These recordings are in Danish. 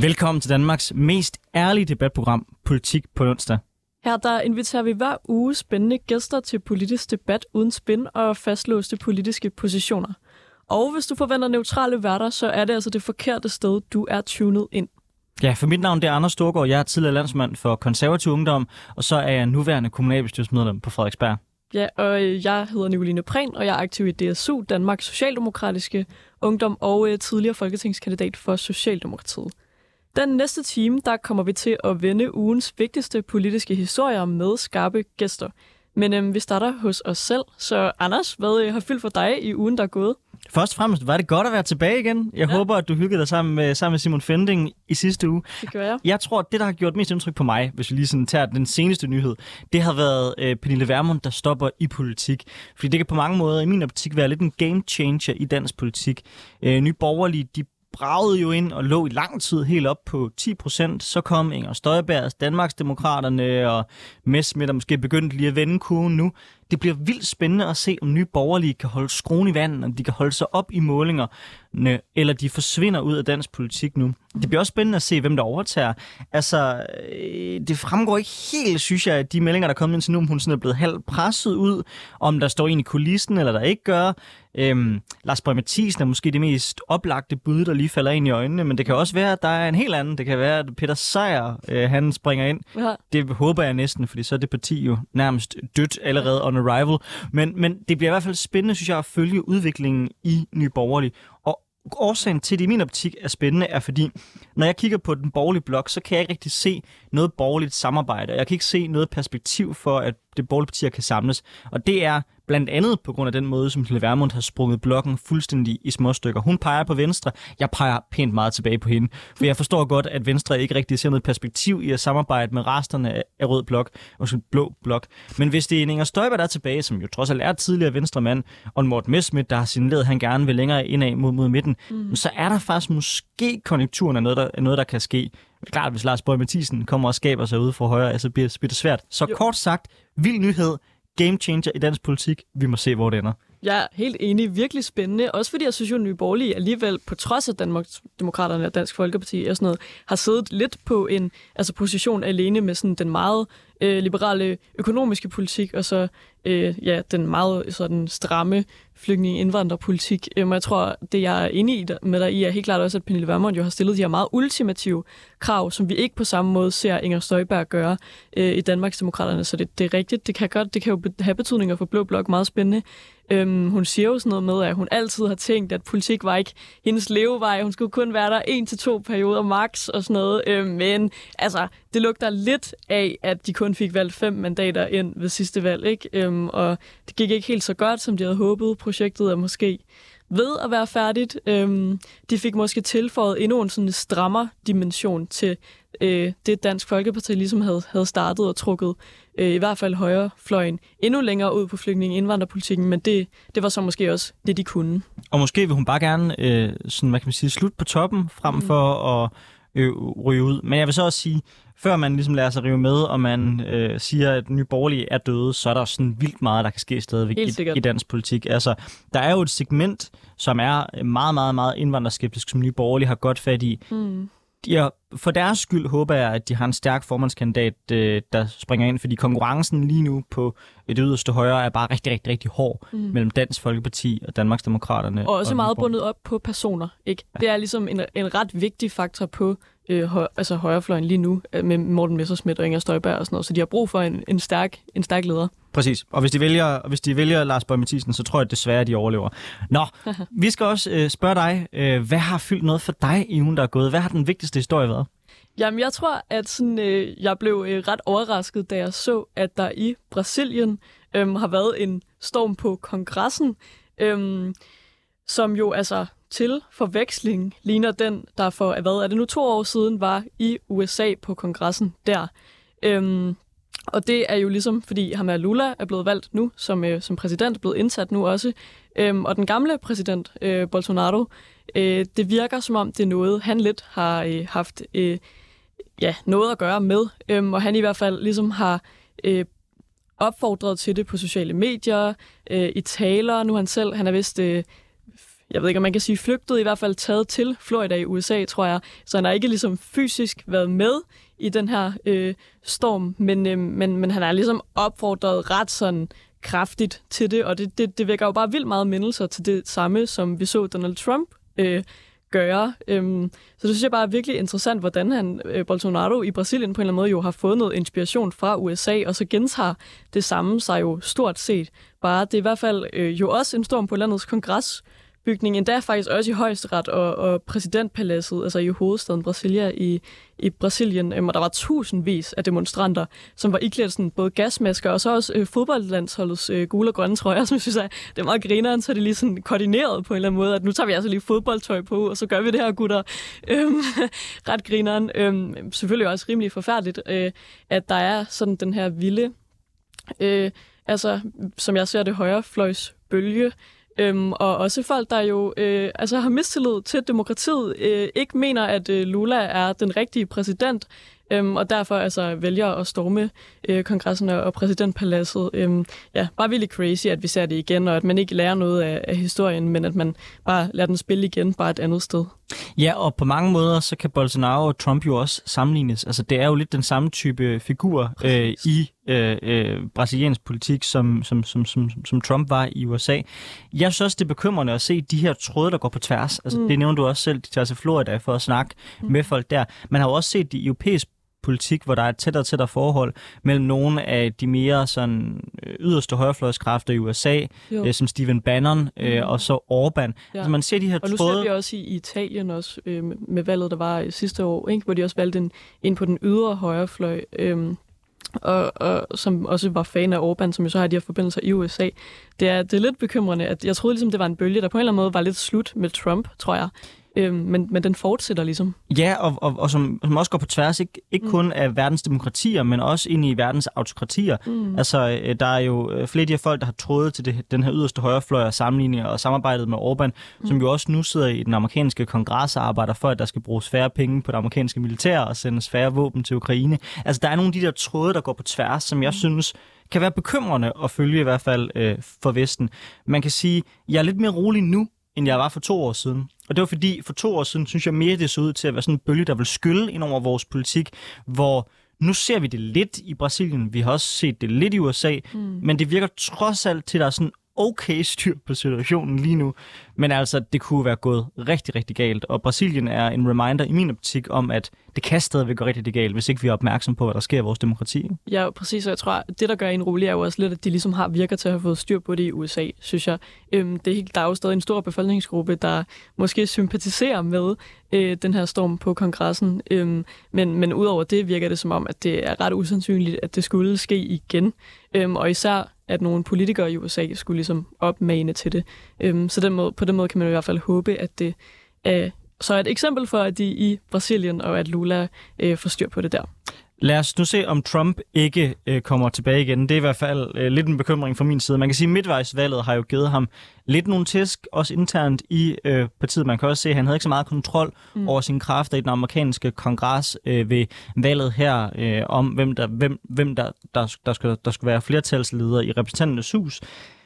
Velkommen til Danmarks mest ærlige debatprogram, Politik på onsdag. Her der inviterer vi hver uge spændende gæster til politisk debat uden spin og fastlåste politiske positioner. Og hvis du forventer neutrale værter, så er det altså det forkerte sted, du er tunet ind. Ja, for mit navn det er Anders Storgård. Jeg er tidligere landsmand for Konservativ Ungdom, og så er jeg nuværende kommunalbestyrelsesmedlem på Frederiksberg. Ja, og jeg hedder Nicoline Prehn, og jeg er aktiv i DSU, Danmarks Socialdemokratiske Ungdom, og tidligere folketingskandidat for Socialdemokratiet. Den næste time, der kommer vi til at vende ugens vigtigste politiske historier med skarpe gæster. Men vi starter hos os selv. Så Anders, hvad har fyldt for dig i ugen, der er gået? Først og fremmest var det godt at være tilbage igen. Jeg håber, at du hyggede dig sammen med Simon Fending i sidste uge. Det gør jeg. Jeg tror, at det, der har gjort mest indtryk på mig, hvis vi lige sådan tager den seneste nyhed, det har været Pernille Vermund, der stopper i politik. Fordi det kan på mange måder i min optik være lidt en game changer i dansk politik. Nye Borgerlige, de bragede jo ind og lå i lang tid helt op på 10%. Så kom Inger Støjbergs, Danmarksdemokraterne og Messerschmidt, der måske begyndte lige at vende kurven nu. Det bliver vildt spændende at se, om Nye Borgerlige kan holde skruen i vandet, om de kan holde sig op i målingerne, eller de forsvinder ud af dansk politik nu. Det bliver også spændende at se, hvem der overtager. Altså, det fremgår ikke helt, synes jeg, at de meldinger, der er kommet ind til nu, om hun sådan er blevet halvt presset ud, om der står en i kulissen, eller der ikke gør. Lars Boje Mathiesen er måske det mest oplagte bud, der lige falder ind i øjnene, men det kan også være, at der er en helt anden. Det kan være, at Peter Sejer, han springer ind. Ja. Det håber jeg næsten, fordi så er det parti jo nærmest dødt allerede on arrival. Men det bliver i hvert fald spændende, synes jeg, at følge udviklingen i Nye Borgerlige. Og årsagen til det i min optik er spændende, er fordi, når jeg kigger på den borgerlige blok, så kan jeg ikke rigtig se noget borgerligt samarbejde. Jeg kan ikke se noget perspektiv for, at det borgerlige partier kan samles. Og det er blandt andet på grund af den måde, som Pernille Vermund har sprunget blokken fuldstændig i små stykker. Hun peger på Venstre. Jeg peger pænt meget tilbage på hende. For jeg forstår godt, at Venstre ikke rigtig ser noget perspektiv i at samarbejde med resterne af rød blok og blå blok. Men hvis det er en Inger Støjberg, der er tilbage, som jo trods alt er tidligere venstremand, og en Morten Messerschmidt, der har signaleret, at han gerne vil længere indad mod midten, så er der faktisk måske konjunkturen af noget, der kan ske. Klart, hvis Lars Boje Mathiesen kommer og skaber sig ude for højre, så bliver det svært. Så kort sagt, vild nyhed, game changer i dansk politik. Vi må se, hvor det ender. Jeg er helt enig. Virkelig spændende. Også fordi jeg synes jo, at Nye Borgerlige alligevel, på trods af Danmarksdemokraterne og Dansk Folkeparti og sådan noget, har siddet lidt på en position alene med sådan den meget liberale økonomiske politik, og så den meget sådan stramme flygtninge-indvandrerpolitik. Jeg tror, det jeg er enig med dig i, er helt klart også, at Pernille Vermund jo har stillet de her meget ultimative krav, som vi ikke på samme måde ser Inger Støjberg gøre i Danmarksdemokraterne. Så det er rigtigt. Det kan jo have betydninger for Blå Blok. Meget spændende. Hun siger jo sådan noget med, at hun altid har tænkt, at politik var ikke hendes levevej. Hun skulle kun være der 1 til 2 perioder max og sådan noget. Men altså, det lugter lidt af, at de kun fik valgt 5 mandater ind ved sidste valg, ikke? Og det gik ikke helt så godt, som de havde håbet. Projektet er måske ved at være færdigt. De fik måske tilføjet endnu en sådan strammer dimension til det Dansk Folkeparti ligesom havde startet og trukket i hvert fald højrefløjen endnu længere ud på flygtninge-indvandrerpolitikken, men det var så måske også det, de kunne. Og måske vil hun bare gerne sådan, hvad kan man sige, slut på toppen, frem for at ryge ud. Men jeg vil så også sige, før man ligesom lader sig rive med, og man siger, at Nye Borgerlige er døde, så er der sådan vildt meget, der kan ske stadigvæk i dansk politik. Altså, der er jo et segment, som er meget, meget, meget indvandrerskeptisk, som Nye Borgerlige har godt fat i. Ja, for deres skyld håber jeg, at de har en stærk formandskandidat, der springer ind, fordi konkurrencen lige nu på et yderste højre er bare rigtig, rigtig, rigtig hård mellem Dansk Folkeparti og Danmarksdemokraterne. Og også meget bundet op på personer, ikke? Ja. Det er ligesom en ret vigtig faktor på højrefløjen lige nu, med Morten Messerschmidt og Inger Støjberg og sådan noget, så de har brug for en stærk leder. Præcis. Og hvis de vælger Lars Boje Mathiesen, så tror jeg desværre, at de overlever. Nå, vi skal også spørge dig, hvad har fyldt noget for dig i ugen, der er gået? Hvad har den vigtigste historie været? Jamen, jeg tror, at jeg blev ret overrasket, da jeg så, at der i Brasilien har været en storm på kongressen, som jo altså til forveksling ligner den, der for, hvad er det nu, 2 år siden, var i USA på kongressen der. Og det er jo ligesom, fordi ham Lula er blevet valgt nu som præsident, blevet indsat nu også. Og den gamle præsident, Bolsonaro, det virker som om, det er noget, han lidt har haft noget at gøre med. Og han i hvert fald ligesom har opfordret til det på sociale medier, i taler. Nu han er vist jeg ved ikke, om man kan sige flygtet, i hvert fald taget til Florida i USA, tror jeg. Så han har ikke ligesom fysisk været med i den her storm, men han er ligesom opfordret ret sådan kraftigt til det, og det vækker jo bare vildt meget mindelser til det samme, som vi så Donald Trump gøre. Så det synes jeg bare er virkelig interessant, hvordan han, Bolsonaro i Brasilien på en eller anden måde jo har fået noget inspiration fra USA, og så gentager det samme sig jo stort set. Bare det er i hvert fald jo også en storm på landets kongresbygning, endda faktisk også i højesteret og præsidentpaladset, altså i hovedstaden Brasilia i Brasilien, og der var tusindvis af demonstranter, som var iklædt sådan både gasmasker, og så også fodboldlandsholdets gule og grønne trøjer, som jeg synes, det er meget grineren, så er det lige sådan koordineret på en eller anden måde, at nu tager vi altså lige fodboldtøj på, og så gør vi det her, gutter. Ret grineren. Selvfølgelig også rimelig forfærdeligt, at der er sådan den her vilde, altså som jeg ser det, højrefløjsbølge, og også folk, der jo har mistillid til demokratiet, ikke mener, at Lula er den rigtige præsident, og derfor vælger at storme kongressen og præsidentpaladset. Bare virkelig crazy, at vi ser det igen, og at man ikke lærer noget af historien, men at man bare lader den spille igen, bare et andet sted. Ja, og på mange måder, så kan Bolsonaro og Trump jo også sammenlignes. Altså, det er jo lidt den samme type figur i brasiliansk politik, som Trump var i USA. Jeg synes også, det er bekymrende at se de her tråde, der går på tværs. Altså, det nævnte du også selv, de tager til Florida for at snakke med folk der. Man har jo også set de europæiske politik, hvor der er et tættere forhold mellem nogle af de mere sådan yderste højrefløjskræfter i USA, som Stephen Bannon og så Orbán. Ja. Altså man ser de her tråde. Og nu ser vi også i Italien også med valget, der var sidste år, ikke? Hvor de også valgte ind på den ydre højrefløj, og som også var fan af Orbán, som jo så har de her forbindelser i USA. Det er lidt bekymrende, at jeg troede ligesom, det var en bølge, der på en eller anden måde var lidt slut med Trump, tror jeg. Men den fortsætter ligesom. Ja, og som også går på tværs, ikke kun af verdens demokratier, men også ind i verdens autokratier. Altså, der er jo flere af de her folk, der har trådet til den her yderste højrefløj og sammenligning og samarbejdet med Orbán, som jo også nu sidder i den amerikanske kongres og arbejder for, at der skal bruges færre penge på det amerikanske militær og sendes færre våben til Ukraine. Altså, der er nogle af de der tråde, der går på tværs, som jeg synes kan være bekymrende at følge i hvert fald for Vesten. Man kan sige, jeg er lidt mere rolig nu, end jeg var for 2 år siden. Og det var fordi, for 2 år siden, synes jeg mere, det så ud til at være sådan en bølge, der vil skylle ind over vores politik, hvor nu ser vi det lidt i Brasilien, vi har også set det lidt i USA, men det virker trods alt til, at der er sådan okay styr på situationen lige nu. Men altså, det kunne være gået rigtig, rigtig galt. Og Brasilien er en reminder i min optik om, at det kan stadigvæk gå rigtig galt, hvis ikke vi er opmærksom på, hvad der sker i vores demokrati. Ja, præcis. Og jeg tror, det, der gør en rolig, er jo også lidt, at de ligesom virker til at have fået styr på det i USA, synes jeg. Der er jo stadig en stor befolkningsgruppe, der måske sympatiserer med den her storm på kongressen. Men udover det virker det som om, at det er ret usandsynligt, at det skulle ske igen. Og især at nogle politikere i USA skulle ligesom opmane til det. Så på den måde kan man i hvert fald håbe, at det så er et eksempel for, at de i Brasilien og at Lula får styr på det der. Lad os nu se, om Trump ikke kommer tilbage igen. Det er i hvert fald lidt en bekymring fra min side. Man kan sige, at midtvejsvalget har jo givet ham lidt nogle tæsk, også internt i partiet. Man kan også se, at han havde ikke så meget kontrol over sine kræfter i den amerikanske kongres ved valget her, om hvem der skulle være flertalsledere i repræsentanternes hus.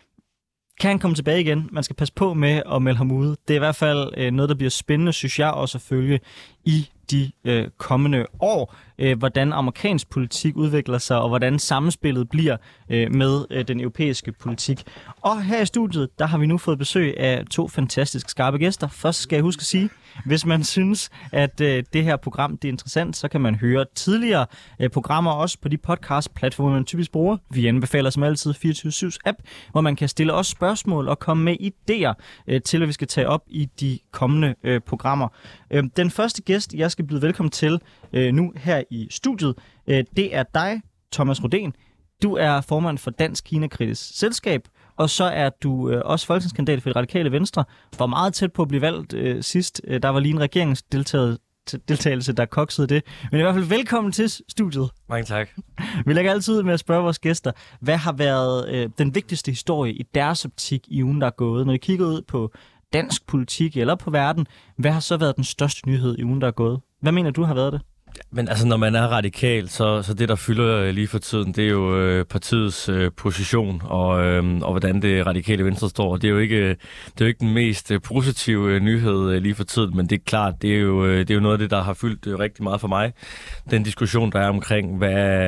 Kan han komme tilbage igen? Man skal passe på med at melde ham ude. Det er i hvert fald noget, der bliver spændende, synes jeg, også at følge i de kommende år, hvordan amerikansk politik udvikler sig, og hvordan sammenspillet bliver med den europæiske politik. Og her i studiet, der har vi nu fået besøg af 2 fantastisk skarpe gæster. Først skal jeg huske at sige, hvis man synes, at det her program det er interessant, så kan man høre tidligere programmer også på de podcast-platforme, man typisk bruger. Vi anbefaler som altid 24/7's app, hvor man kan stille os spørgsmål og komme med idéer til, hvad vi skal tage op i de kommende programmer. Den første gæst, jeg skal byde velkommen til nu her i studiet, det er dig, Thomas Rodén. Du er formand for Dansk Kina-kritisk Selskab, og så er du også folketingskandidat for Det Radikale Venstre. Var meget tæt på at blive valgt sidst. Der var lige en regeringsdeltagelse, der koksede det. Men i hvert fald velkommen til studiet. Mange tak. Vi lægger altid ud med at spørge vores gæster, hvad har været den vigtigste historie i deres optik i ugen, der er gået? Når I kigger ud på dansk politik eller på verden, hvad har så været den største nyhed i ugen, der er gået? Hvad mener du har været det? Men altså, når man er radikal, så det, der fylder lige for tiden, det er jo partiets position, og hvordan det radikale venstre står. Det er jo ikke den mest positive nyhed lige for tiden, men det er klart, det er jo noget af det, der har fyldt rigtig meget for mig. Den diskussion, der er omkring,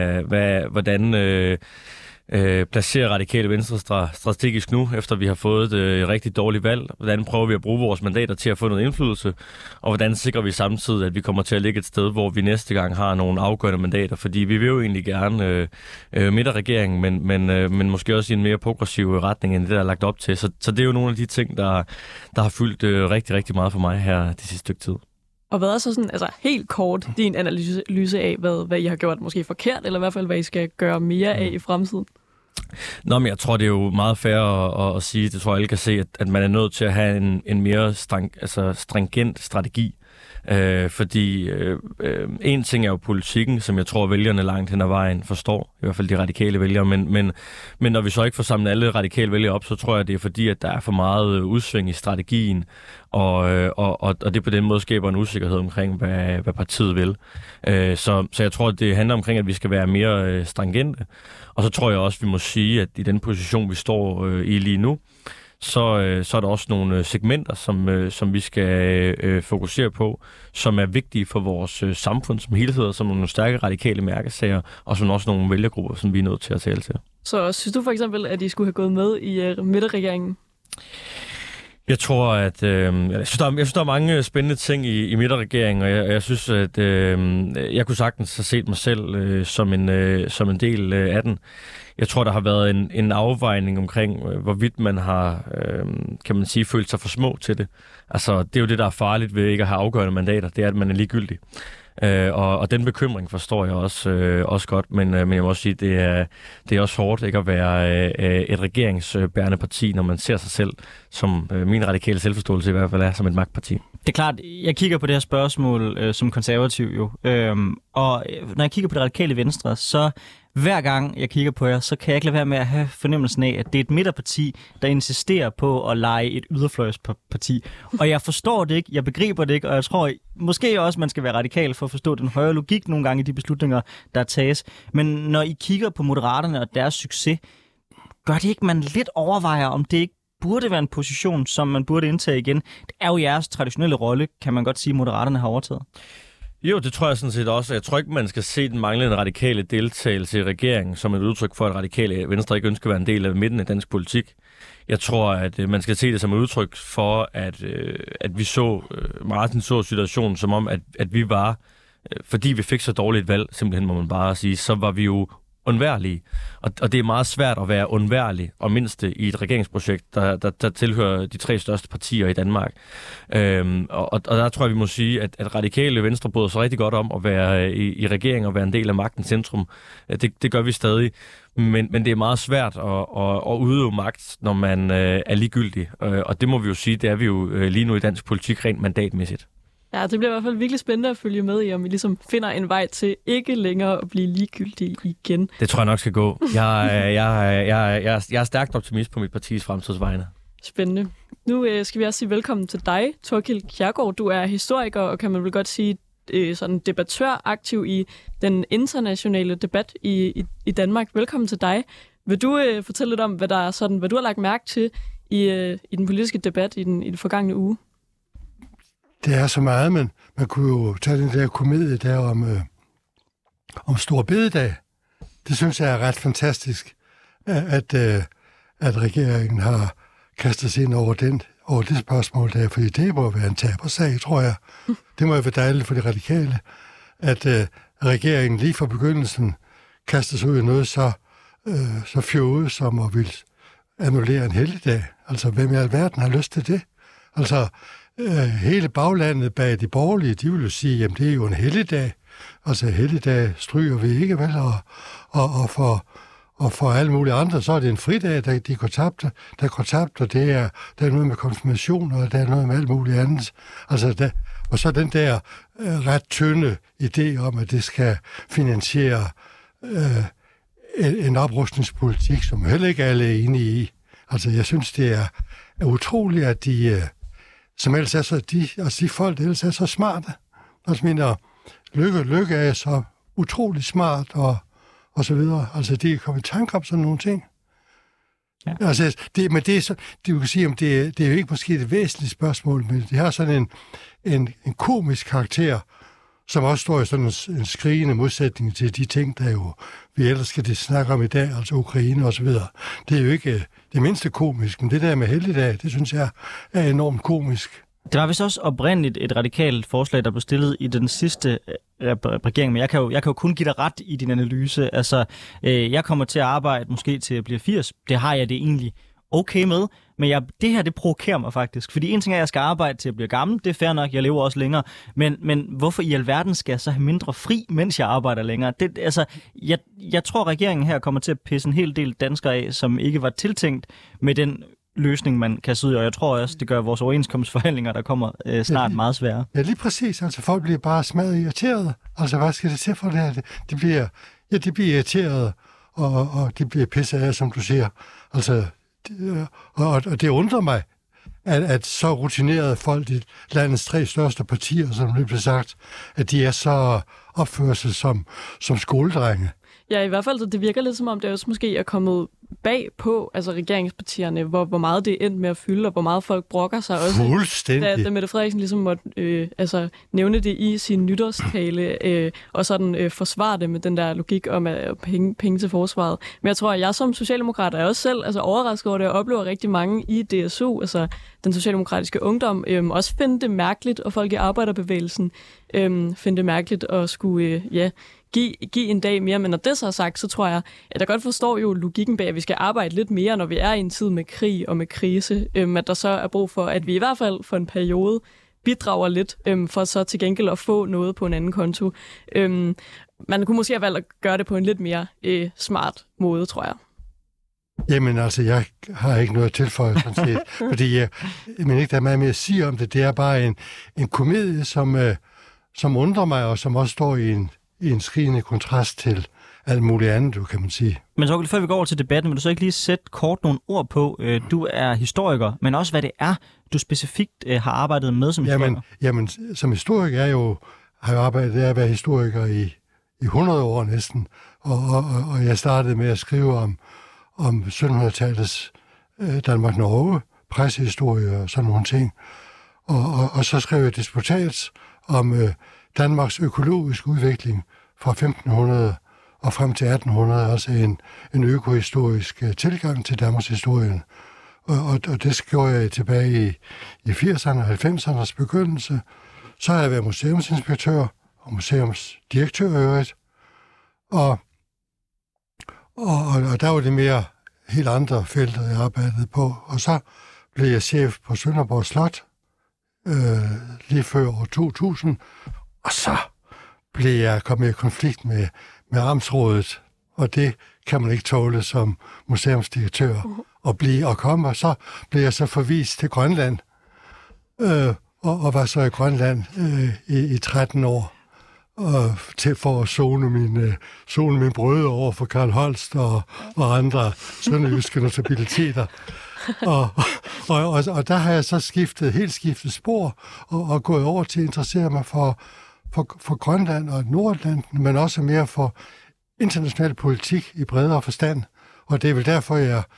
hvordan placerer radikale venstre strategisk nu, efter vi har fået et rigtig dårligt valg. Hvordan prøver vi at bruge vores mandater til at få noget indflydelse, og hvordan sikrer vi samtidig, at vi kommer til at ligge et sted, hvor vi næste gang har nogle afgørende mandater, fordi vi vil jo egentlig gerne midterregeringen, men måske også i en mere progressiv retning, end det, der er lagt op til. Så det er jo nogle af de ting, der har fyldt rigtig, rigtig meget for mig her det sidste stykke tid. Og hvad er så sådan, altså helt kort, din analyse af, hvad I har gjort måske forkert, eller i hvert fald, hvad I skal gøre mere af i fremtiden? Nå, men jeg tror, det er jo meget fair at sige, det tror jeg alle kan se, at man er nødt til at have en mere stringent strategi. Fordi en ting er jo politikken, som jeg tror, vælgerne langt hen ad vejen forstår, i hvert fald de radikale vælgere, men når vi så ikke får samlet alle radikale vælgere op, så tror jeg, det er fordi, at der er for meget udsving i strategien, og det på den måde skaber en usikkerhed omkring, hvad partiet vil. Så jeg tror, det handler omkring, at vi skal være mere stringente, og så tror jeg også, vi må sige, at i den position, vi står i lige nu, så er der også nogle segmenter, som vi skal fokusere på, som er vigtige for vores samfund som helhed, som nogle stærke radikale mærkesager, og som også nogle vælgergrupper, som vi er nødt til at tale til. Så synes du for eksempel, at I skulle have gået med i midterregeringen? Jeg tror, at jeg synes, der er mange spændende ting i midterregeringen, og jeg synes, at jeg kunne sagtens have set mig selv som en del af den. Jeg tror, der har været en afvejning omkring, hvorvidt man har, kan man sige, følt sig for små til det. Altså, det er jo det, der er farligt ved ikke at have afgørende mandater, det er, at man er ligegyldig. Og den bekymring forstår jeg også godt, men jeg må også sige, det er også hårdt ikke at være et regeringsbærende parti, når man ser sig selv, som min radikale selvforståelse i hvert fald er, som et magtparti. Det er klart, jeg kigger på det her spørgsmål som konservativ jo, og når jeg kigger på det radikale venstre, så hver gang jeg kigger på jer, så kan jeg ikke lade være med at have fornemmelsen af, at det er et midterparti, der insisterer på at lege et yderfløjsparti. Og jeg forstår det ikke, jeg begriber det ikke, og jeg tror måske også, man skal være radikal for at forstå den højere logik nogle gange i de beslutninger, der tages. Men når I kigger på Moderaterne og deres succes, gør det ikke, man lidt overvejer, om det ikke burde være en position, som man burde indtage igen? Det er jo jeres traditionelle rolle, kan man godt sige, Moderaterne har overtaget. Jo, det tror jeg sådan set også. Jeg tror ikke, man skal se den manglende radikale deltagelse i regeringen som et udtryk for, at radikale venstre ikke ønsker at være en del af midten af dansk politik. Jeg tror, at man skal se det som et udtryk for, at vi så Martin så situationen som om, at vi var, fordi vi fik så dårligt valg, simpelthen må man bare sige, så var vi jo undværlige. Og det er meget svært at være undværlig og mindste i et regeringsprojekt, der tilhører de 3 største partier i Danmark. Og der tror jeg, vi må sige, at radikale venstre bryder sig rigtig godt om at være i regering og være en del af magtens centrum. Det gør vi stadig. Men det er meget svært at udøve magt, når man er ligegyldig. Og det må vi jo sige, det er vi jo lige nu i dansk politik rent mandatmæssigt. Ja, det bliver i hvert fald virkelig spændende at følge med i, om vi ligesom finder en vej til ikke længere at blive ligegyldige igen. Det tror jeg nok skal gå. Jeg er stærkt optimist på mit partis fremtidsvegne. Spændende. Nu skal vi også sige velkommen til dig, Thorkild Kjærgaard. Du er historiker og kan man vel godt sige sådan debattør aktiv i den internationale debat i Danmark. Velkommen til dig. Vil du fortælle lidt om, hvad du har lagt mærke til i den politiske debat i den forgangne uge? Det er så meget, men man kunne jo tage den der komedie der om Store Bededag. Det synes jeg er ret fantastisk, at regeringen har kastet sig ind over det spørgsmål der, fordi det må være en tabersag, tror jeg. Det må jo være dejligt for de radikale, at regeringen lige fra begyndelsen kaster sig ud i noget så fjollet som at vil annullere en helligdag. Altså, hvem i alverden har lyst til det? Altså, hele baglandet bag de borgerlige, de vil jo sige, jamen det er jo en helligdag. Altså helligdag stryger vi ikke, vel? Og for alle mulige andre, så er det en fridag, der går tabt, og der er noget med konfirmation, og der er noget med alt muligt andet. Altså, og så den der ret tynde idé om, at det skal finansiere en oprustningspolitik, som heller ikke alle er enige i. Altså, jeg synes, det er utroligt, at de folk, der ellers er så smarte. Altså, Lykke er så utrolig smart og så videre. Altså, de er kommet i tanke om sådan nogle ting. Ja. Altså, men det er så, du kan sige, om det er jo ikke måske det væsentlige spørgsmål, men det har sådan en komisk karakter, som også står i sådan en skrigende modsætning til de ting, der jo vi ellers skal snakke om i dag, altså Ukraine og så videre. Det er jo ikke det mindste komisk, men det der med helligdag, det synes jeg er enormt komisk. Det var vist også oprindeligt et radikalt forslag, der blev stillet i den sidste regering, men jeg kan jo kun give dig ret i din analyse. Altså, jeg kommer til at arbejde måske til at blive 80. Det har jeg det egentlig okay med, men det her, det provokerer mig faktisk. Fordi en ting er, at jeg skal arbejde til at blive gammel, det er fair nok, jeg lever også længere, men hvorfor i alverden skal jeg så have mindre fri, mens jeg arbejder længere? Jeg tror, regeringen her kommer til at pisse en hel del danskere af, som ikke var tiltænkt med den løsning, man kan sidde i, og jeg tror også, det gør vores overenskomstforhandlinger, der kommer snart meget svære. Ja, lige præcis. Altså, folk bliver bare smadret irriteret. Altså, hvad skal det til for det her? De bliver irriteret, og de bliver pisset af, som du siger. Altså, og det undrer mig, at så rutinerede folk i landets 3 største partier, som det blev sagt, at de er så opførsel som skoledrenge. Ja, i hvert fald, det virker lidt som om, det også måske er kommet bag på, altså regeringspartierne, hvor meget det er endt med at fylde, og hvor meget folk brokker sig også. Fuldstændig. Da Mette Frederiksen ligesom måtte nævne det i sin nytårstale, og sådan forsvare det med den der logik om at penge til forsvaret. Men jeg tror, at jeg som socialdemokrat er også selv overrasket over det, og oplever rigtig mange i DSU, altså den socialdemokratiske ungdom, også finde det mærkeligt, og folk i arbejderbevægelsen finde det mærkeligt at skulle, give en dag mere, men når det så er sagt, så tror jeg, at jeg godt forstår jo logikken bag, at vi skal arbejde lidt mere, når vi er i en tid med krig og med krise, at der så er brug for, at vi i hvert fald for en periode bidrager lidt, for så til gengæld at få noget på en anden konto. Man kunne måske have valgt at gøre det på en lidt mere smart måde, tror jeg. Jamen altså, jeg har ikke noget at tilføje, sådan set, fordi men ikke der er meget mere at sige om det. Det er bare en komedie, som undrer mig, og som også står i en skrigende kontrast til alt muligt andet, kan man sige. Men så før vi går over til debatten, vil du så ikke lige sætte kort nogle ord på? Du er historiker, men også hvad det er, du specifikt har arbejdet med som historiker. Jamen som historiker har jeg arbejdet med at være historiker i 100 år næsten, og jeg startede med at skrive om 1700-tallets Danmark-Norge, pressehistorie og sådan nogle ting. Og så skrev jeg disputats om Danmarks økologiske udvikling fra 1500 og frem til 1800, altså en økohistorisk tilgang til Danmarks historien. Og det gjorde jeg tilbage i 80'erne og 90'ernes begyndelse. Så har jeg været museumsinspektør og museumsdirektør i øvrigt. Og der var det mere helt andre felter, jeg arbejdede på. Og så blev jeg chef på Sønderborg Slot lige før år 2000. Og så blev jeg kommet i konflikt med Amtsrådet, og det kan man ikke tåle som museumsdirektør at komme. Og så blev jeg så forvist til Grønland, og var så i Grønland i 13 år, for at zone min brød over for Karl Holst og andre sønderjyske notabiliteter. Og der har jeg så helt skiftet spor og gået over til at interessere mig for Grønland og Nordatlanten, men også mere for international politik i bredere forstand. Og det er vel derfor,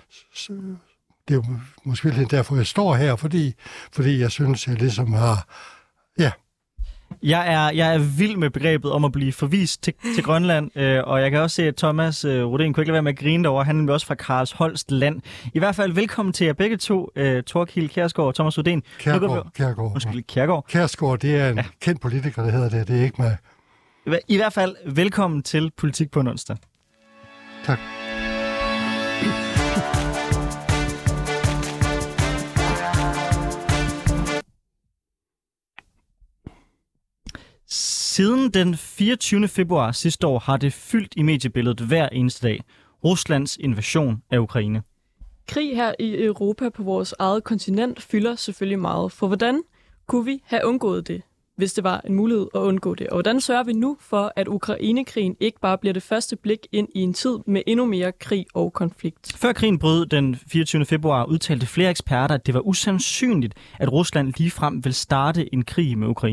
jeg står her, fordi jeg synes, jeg ligesom har... Ja. Jeg er vild med begrebet om at blive forvist til Grønland, og jeg kan også se, at Thomas Rodén kunne ikke lade være med at grine derovre. Han er også fra Karls Holst land. I hvert fald velkommen til jer begge to, Thorkild Kjærsgaard og Thomas Rodén. Kjærgaard. Kjærsgaard, det er en kendt politiker, der hedder det. Det er ikke mig. I hvert fald velkommen til Politik på en onsdag. Tak. Siden den 24. februar sidste år har det fyldt i mediebilledet hver eneste dag. Ruslands invasion af Ukraine. Krig her i Europa på vores eget kontinent fylder selvfølgelig meget. For hvordan kunne vi have undgået det, hvis det var en mulighed at undgå det? Og hvordan sørger vi nu for, at Ukrainekrigen ikke bare bliver det første blik ind i en tid med endnu mere krig og konflikt? Før krigen brød den 24. februar udtalte flere eksperter, at det var usandsynligt, at Rusland ligefrem vil starte en krig med Ukraine.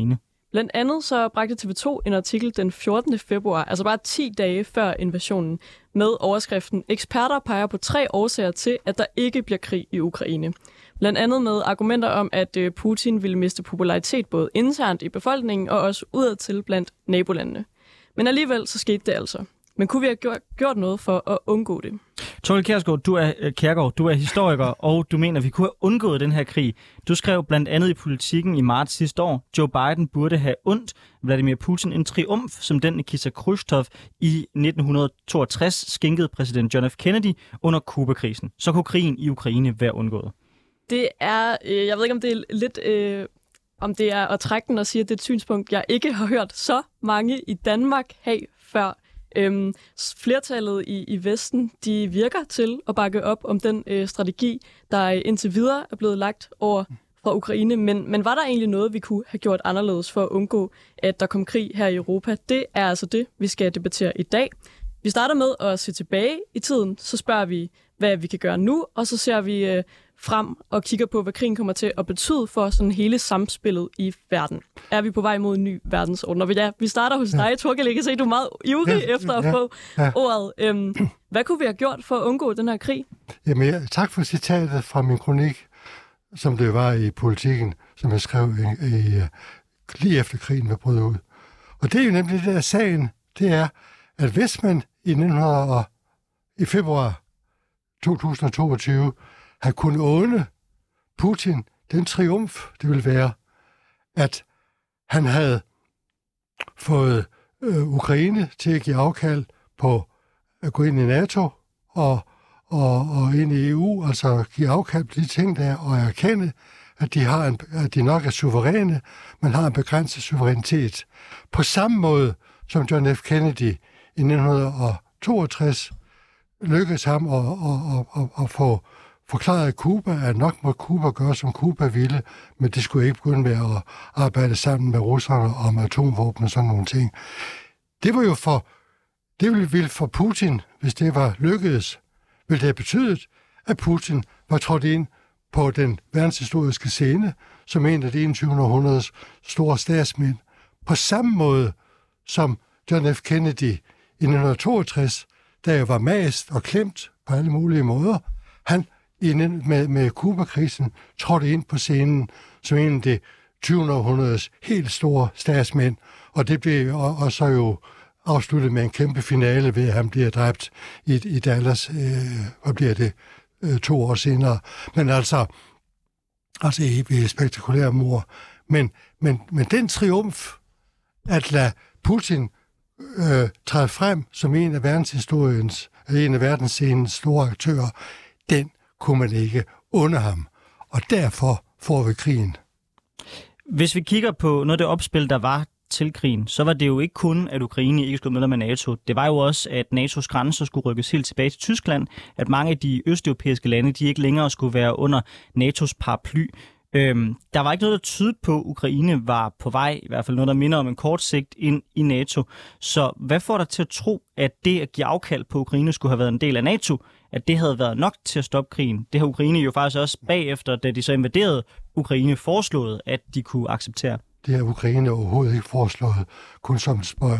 Blandt andet så bragte TV2 en artikel den 14. februar, altså bare 10 dage før invasionen, med overskriften "Eksperter peger på 3 årsager til, at der ikke bliver krig i Ukraine". Blandt andet med argumenter om, at Putin ville miste popularitet både internt i befolkningen og også udadtil blandt nabolandene. Men alligevel så skete det altså. Men kunne vi have gjort noget for at undgå det? Torkel Kjærsgaard, du er historiker, og du mener, at vi kunne have undgået den her krig. Du skrev blandt andet i Politikken i marts sidste år, Joe Biden burde have ondt Vladimir Putin en triumf, som den Nikita Khrushchev i 1962 skænkede præsident John F. Kennedy under Kubakrisen. Så kunne krigen i Ukraine være undgået. Det er, jeg ved ikke, om det er lidt... om det er at trække den og sige, at det er et synspunkt, jeg ikke har hørt så mange i Danmark have før. Flertallet i Vesten, de virker til at bakke op om den strategi, der indtil videre er blevet lagt over fra Ukraine. Men var der egentlig noget, vi kunne have gjort anderledes for at undgå, at der kom krig her i Europa? Det er altså det, vi skal debattere i dag. Vi starter med at se tilbage i tiden, så spørger vi, hvad vi kan gøre nu, og så ser vi frem og kigger på, hvad krigen kommer til at betyde for sådan hele samspillet i verden. Er vi på vej mod en ny verdensorden? Og vi starter hos dig, Torkel. Jeg kan se, at du er meget ivrig efter at få ordet. Hvad kunne vi have gjort for at undgå den her krig? Jamen, tak for citatet fra min kronik, som det var i Politikken, som jeg skrev lige efter krigen var brudt ud. Og det er jo nemlig det der sagen, det er, at hvis man i februar 2022 havde kunnet åbne Putin den triumf, det ville være, at han havde fået Ukraine til at give afkald på at gå ind i NATO og ind i EU, altså give afkald på de ting der, og erkende, at de nok er suveræne, men har en begrænset suverænitet. På samme måde som John F. Kennedy i 1962 lykkedes ham at få forklaret Cuba, at nok må Cuba gøre, som Cuba ville, men de skulle ikke begynde med at arbejde sammen med russerne om atomvåben og sådan nogle ting. Det ville for Putin, hvis det var lykkedes, ville det have betydet, at Putin var trådt ind på den verdenshistoriske scene som en af det 21. århundredes store statsmænd. På samme måde som John F. Kennedy i 1962, der jo var mast og klemt på alle mulige måder, han med Kubakrisen trådte ind på scenen som en af det 20. århundredes helt store statsmænd, og det blev også jo afsluttet med en kæmpe finale ved, at han bliver dræbt i Dallas, hvad bliver det, 2 år senere. Men altså i spektakulære mord. Men den triumf, at lade Putin træde frem som en af verdensscenens store aktører, den kunne man ikke under ham. Og derfor får vi krigen. Hvis vi kigger på noget af det opspil, der var til krigen, så var det jo ikke kun, at Ukraine ikke skulle medlem af NATO. Det var jo også, at NATO's grænser skulle rykkes helt tilbage til Tyskland, at mange af de østeuropæiske lande, de ikke længere skulle være under NATO's paraply. Der var ikke noget, der tydede på, at Ukraine var på vej, i hvert fald noget, der minder om en kort sigt ind i NATO. Så hvad får dig til at tro, at det at give afkald på Ukraine skulle have været en del af NATO, at det havde været nok til at stoppe krigen? Det har Ukraine jo faktisk også bagefter, da de så invaderede Ukraine, foreslået, at de kunne acceptere. Det har Ukraine overhovedet ikke foreslået, kun som spøg.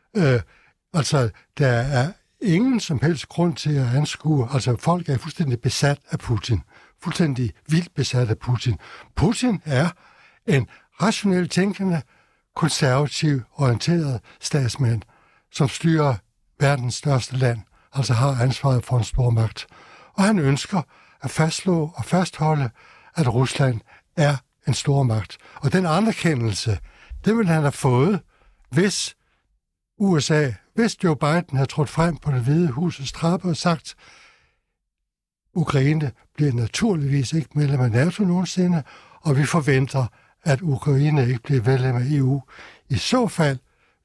Der er ingen som helst grund til at anskue. Altså, folk er fuldstændig besat af Putin. Fuldstændig vildt besat af Putin. Putin er en rationelt tænkende, konservativ orienteret statsmand, som styrer verdens største land, altså har ansvaret for en stormagt. Og han ønsker at fastslå og fastholde, at Rusland er en stormagt. Og den anerkendelse, det ville han have fået, hvis Joe Biden havde trådt frem på Det Hvide Husets trappe og sagt, Ukraine bliver naturligvis ikke medlem af NATO nogensinde, og vi forventer, at Ukraine ikke bliver medlem af EU. I så fald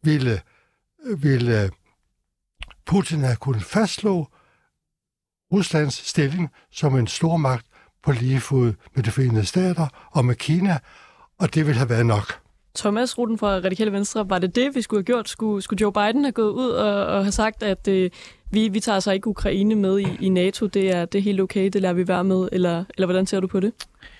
ville Putin have kunnet fastslå Ruslands stilling som en stormagt på lige fod med de Forenede Stater og med Kina, og det ville have været nok. Thomas Ruden fra Radikale Venstre, var det vi skulle have gjort? Skulle Joe Biden have gået ud og have sagt, at vi tager så ikke Ukraine med i NATO, det er helt okay, det lader vi være med, eller hvordan ser du på det?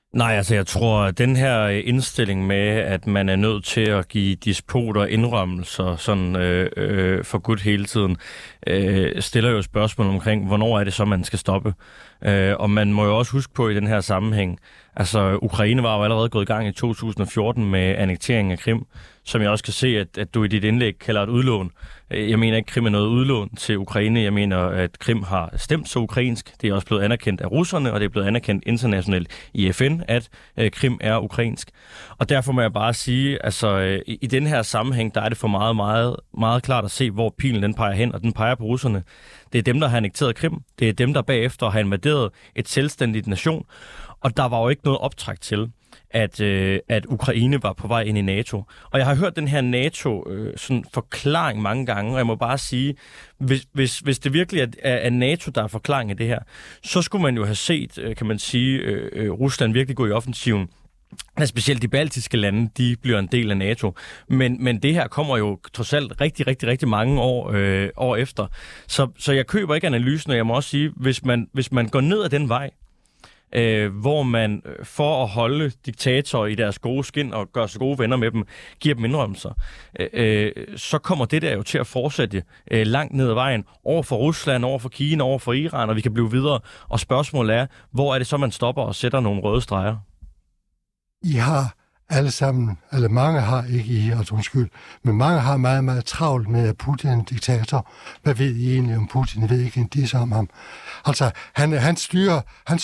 Nej, altså jeg tror, at den her indstilling med, at man er nødt til at give disputer og indrømmelser sådan, for godt hele tiden, stiller jo spørgsmål omkring, hvornår er det så, man skal stoppe. Og man må jo også huske på i den her sammenhæng, altså Ukraine var jo allerede gået i gang i 2014 med annekteringen af Krim, som jeg også kan se, at du i dit indlæg kalder et udlån. Jeg mener ikke, Krim er noget udlån til Ukraine. Jeg mener, at Krim har stemt så ukrainsk. Det er også blevet anerkendt af russerne, og det er blevet anerkendt internationalt i FN, at Krim er ukrainsk. Og derfor må jeg bare sige, altså i den her sammenhæng, der er det for meget, meget, meget klart at se, hvor pilen den peger hen, og den peger på russerne. Det er dem, der har annekteret Krim. Det er dem, der bagefter har invaderet et selvstændigt nation. Og der var jo ikke noget optræk til, at Ukraine var på vej ind i NATO. Og jeg har hørt den her NATO-forklaring mange gange, og jeg må bare sige, hvis det virkelig er NATO, der er forklaring af det her, så skulle man jo have set, kan man sige, Rusland virkelig gå i offensiven. Specielt de baltiske lande, de bliver en del af NATO. Men det her kommer jo trods alt rigtig, rigtig, rigtig mange år efter. Så jeg køber ikke analysen, og jeg må også sige, hvis man går ned ad den vej, hvor man for at holde diktatorer i deres gode skin og gøre sig gode venner med dem, giver dem indrømmelser, så kommer det der jo til at fortsætte langt ned ad vejen over for Rusland, over for Kina, over for Iran, og vi kan blive videre. Og spørgsmålet er, hvor er det så, man stopper og sætter nogle røde streger? I har alle sammen, eller mange har, ikke I, altså undskyld, men mange har meget, meget travlt med, at Putin er en diktator. Hvad ved I egentlig om Putin? Jeg ved ikke en dis om ham. Altså, han styrer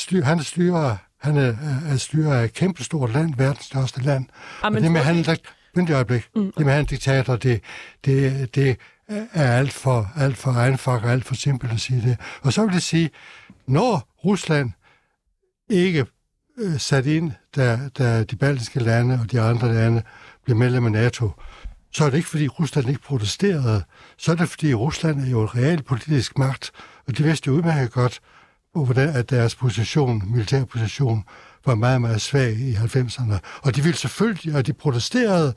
af et kæmpestort land, verdens største land. Og det med, det med, han er diktator, det er alt for einfach og alt for simpelt at sige det. Og så vil det sige, når Rusland ikke sat ind, da de baltiske lande og de andre lande blev medlem af NATO, så er det ikke, fordi Rusland ikke protesterede. Så er det, fordi Rusland er jo en realpolitisk magt, og de vidste jo udmærket godt, hvordan at deres militær position, var meget, meget svag i 90'erne. Og de ville selvfølgelig, og de protesterede,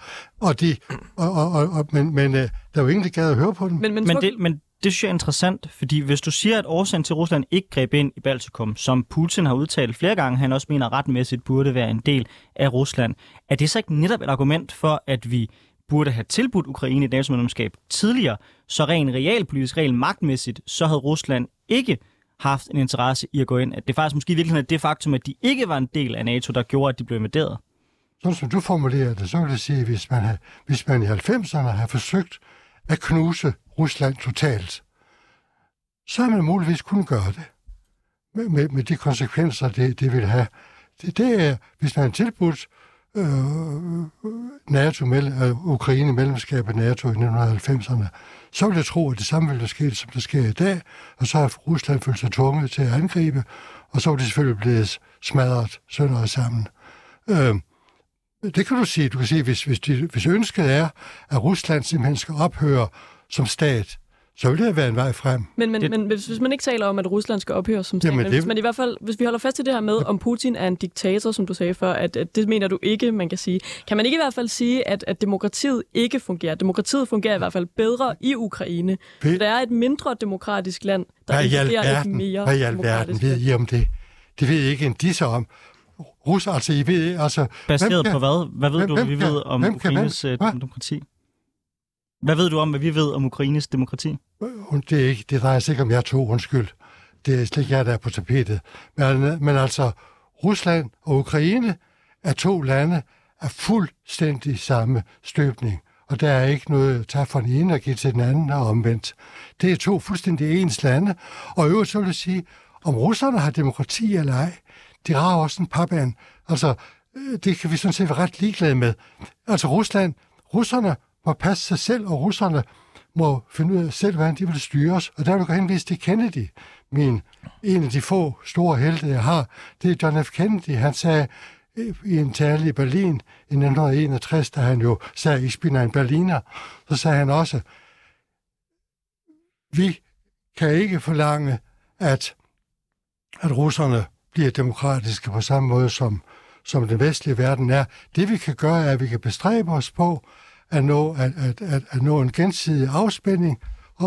men der var jo ingen, der gad at høre på dem. Men det synes jeg er interessant, fordi hvis du siger, at årsagen til, at Rusland ikke greb ind i Baltikum, som Putin har udtalt flere gange, han også mener retmæssigt burde være en del af Rusland, er det så ikke netop et argument for, at vi burde have tilbudt Ukraine et NATO-medlemskab tidligere, så rent realpolitisk, rent magtmæssigt, så havde Rusland ikke haft en interesse i at gå ind? At det faktisk måske i virkeligheden er det faktum, at de ikke var en del af NATO, der gjorde, at de blev invaderet? Sådan som du formulerer det, så vil det sige, at hvis man i 90'erne har forsøgt at knuse Rusland totalt, så har man muligvis kunnet gøre det. Med de konsekvenser, det vil have. Det er, hvis man har tilbudt Ukraine medlemskab af NATO i 1990'erne, så vil jeg tro, at det samme ville ske, som der sker i dag, og så har Rusland følt sig tvunget til at angribe, og så er det selvfølgelig blevet smadret sønder og sammen. Det kan du sige. Du kan sige, hvis ønsket er, at Rusland simpelthen skal ophøre som stat, så vil det være en vej frem. Men hvis man ikke taler om, at Rusland skal ophøre som stat, men hvis man i hvert fald, hvis vi holder fast til det her med, om Putin er en diktator, som du sagde før, at det mener du ikke, man kan sige. Kan man ikke i hvert fald sige, at demokratiet ikke fungerer? Demokratiet fungerer i hvert fald bedre i Ukraine. Det er et mindre demokratisk land, der er et mere demokratisk. Hvad i alverden ved I om det? Det ved I ikke en disse om. Altså, I ved, altså... Baseret på hvad? Hvad ved du, hvad vi ved om Ukraines demokrati? Hvad ved du om, hvad vi ved om Ukraines demokrati? Det drejer sig ikke om jer to, undskyld. Det er slet ikke jer, der er på tapetet. Men altså, Rusland og Ukraine er to lande af fuldstændig samme støbning. Og der er ikke noget at tage fra den ene og give til den anden og omvendt. Det er to fuldstændig ens lande. Og øvrigt så vil jeg sige, om russerne har demokrati eller ej, de rager også en papand. Altså, det kan vi sådan set være ret ligeglade med. Altså, russerne må passe sig selv, og russerne må finde ud af selv, hvordan de vil styres. Og der vil jeg henvise til Kennedy. En af de få store helte, jeg har, det er John F. Kennedy. Han sagde i en tale i Berlin i 1961, da han jo sagde, ich bin ein Berliner, så sagde han også, vi kan ikke forlange, at russerne bliver demokratiske på samme måde, som den vestlige verden er. Det vi kan gøre, er, at vi kan bestræbe os på at nå en gensidig afspænding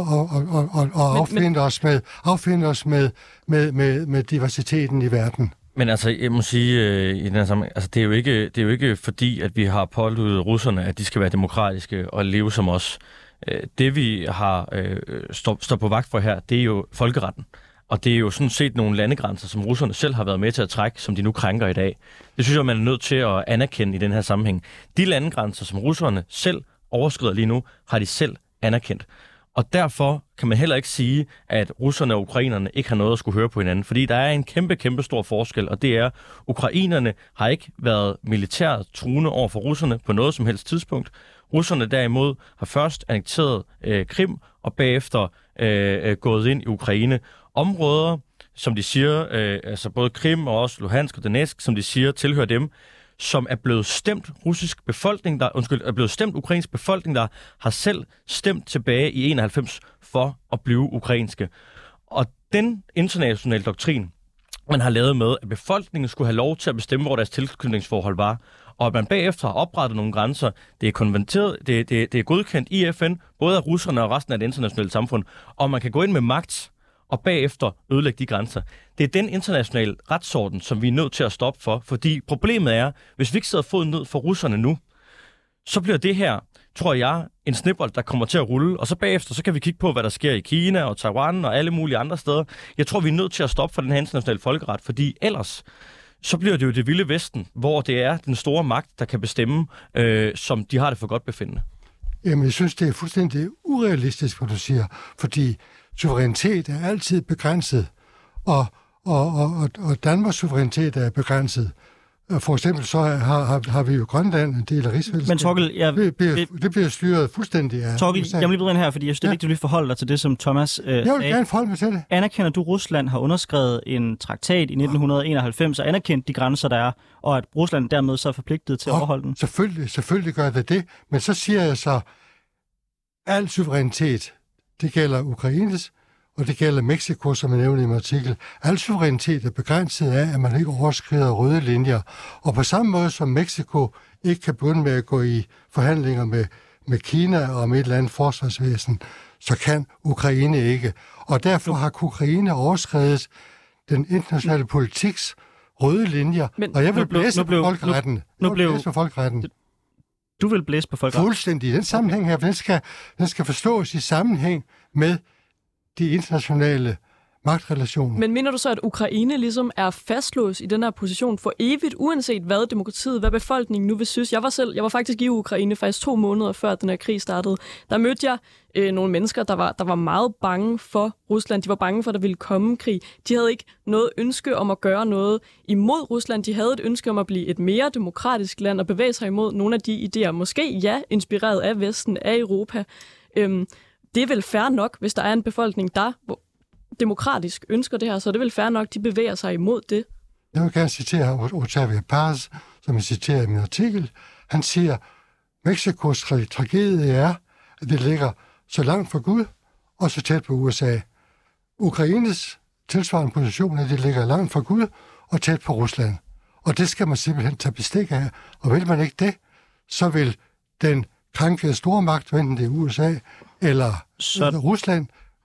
og affinde os med diversiteten i verden. Men altså, jeg må sige, i den her sammenhæng, altså, det er jo ikke fordi, at vi har pålyddet russerne, at de skal være demokratiske og leve som os. Det vi har står på vagt for her, det er jo folkeretten. Og det er jo sådan set nogle landegrænser, som russerne selv har været med til at trække, som de nu krænker i dag. Det synes jeg, man er nødt til at anerkende i den her sammenhæng. De landegrænser, som russerne selv overskrider lige nu, har de selv anerkendt. Og derfor kan man heller ikke sige, at russerne og ukrainerne ikke har noget at skulle høre på hinanden. Fordi der er en kæmpe stor forskel, og det er, at ukrainerne har ikke været militært truende over for russerne på noget som helst tidspunkt. Russerne derimod har først annekteret Krim, og bagefter gået ind i Ukraine. Områder, som de siger, altså både Krim og også Luhansk og Donetsk, som de siger, tilhører dem, som er blevet stemt russisk befolkning, er blevet stemt ukrainsk befolkning, der har selv stemt tilbage i 91 for at blive ukrainske. Og den internationale doktrin, man har lavet med, at befolkningen skulle have lov til at bestemme, hvor deres tilknytningsforhold var, og at man bagefter har oprettet nogle grænser, det er konventeret, det er godkendt i FN, både af russerne og resten af det internationale samfund, og man kan gå ind med magt og bagefter ødelægge de grænser. Det er den internationale retsorden, som vi er nødt til at stoppe for, fordi problemet er, hvis vi ikke sidder foden ned for russerne nu, så bliver det her, tror jeg, en snibbold, der kommer til at rulle, og så bagefter, så kan vi kigge på, hvad der sker i Kina og Taiwan og alle mulige andre steder. Jeg tror, vi er nødt til at stoppe for den her internationale folkeret, fordi ellers, så bliver det jo det vilde vesten, hvor det er den store magt, der kan bestemme, som de har det for godt befindende. Jamen, jeg synes, det er fuldstændig urealistisk, hvad du siger, fordi suverænitet er altid begrænset, og Danmarks suverænitet er begrænset. For eksempel så har vi jo Grønland, en del af rigsfællesskabet. Men Thorkild, det bliver styret fuldstændig af Thorkild, jeg må lige bryde ind her, fordi jeg synes, det er vigtigt, at du lige forholder dig til det, som Thomas sagde. Jeg vil gerne forholde mig til det. Anerkender du, Rusland har underskrevet en traktat i 1991 og anerkendt de grænser, der er, og at Rusland dermed så er forpligtet til at overholde den? Selvfølgelig gør det, men så siger jeg så, al suverænitet, det gælder Ukraines, og det gælder Mexico, som jeg nævnte i min artikel. Al suverænitet er begrænset af, at man ikke overskrider røde linjer. Og på samme måde som Mexico ikke kan begynde med at gå i forhandlinger med Kina om et eller andet forsvarsvæsen, så kan Ukraine ikke. Og derfor har Ukraine overskredet den internationale politiks røde linjer. Og jeg vil blæse på folkeretten. Du vil blæse på folkeretten? Fuldstændig. Den sammenhæng her, den skal forstås i sammenhæng med de internationale magtrelationer. Men mener du så, at Ukraine ligesom er fastlåst i den her position for evigt, uanset hvad demokratiet, hvad befolkningen nu vil synes? Jeg var faktisk i Ukraine faktisk 2 måneder før den her krig startede. Der mødte jeg nogle mennesker, der var meget bange for Rusland. De var bange for, at der ville komme krig. De havde ikke noget ønske om at gøre noget imod Rusland. De havde et ønske om at blive et mere demokratisk land og bevæge sig imod nogle af de idéer, måske inspireret af Vesten, af Europa. Det er vel fair nok, hvis der er en befolkning, der demokratisk ønsker det her, så det er vel fair nok, de bevæger sig imod det. Jeg vil gerne citere Octavio Paz, som jeg citerer i min artikel. Han siger, Mexikos tragedie er, at det ligger så langt fra Gud og så tæt på USA. Ukraines tilsvarende position er, at det ligger langt fra Gud og tæt på Rusland. Og det skal man simpelthen tage bestik af. Og vil man ikke det, så vil den krænkede stormagt, enten det er USA eller Rusland,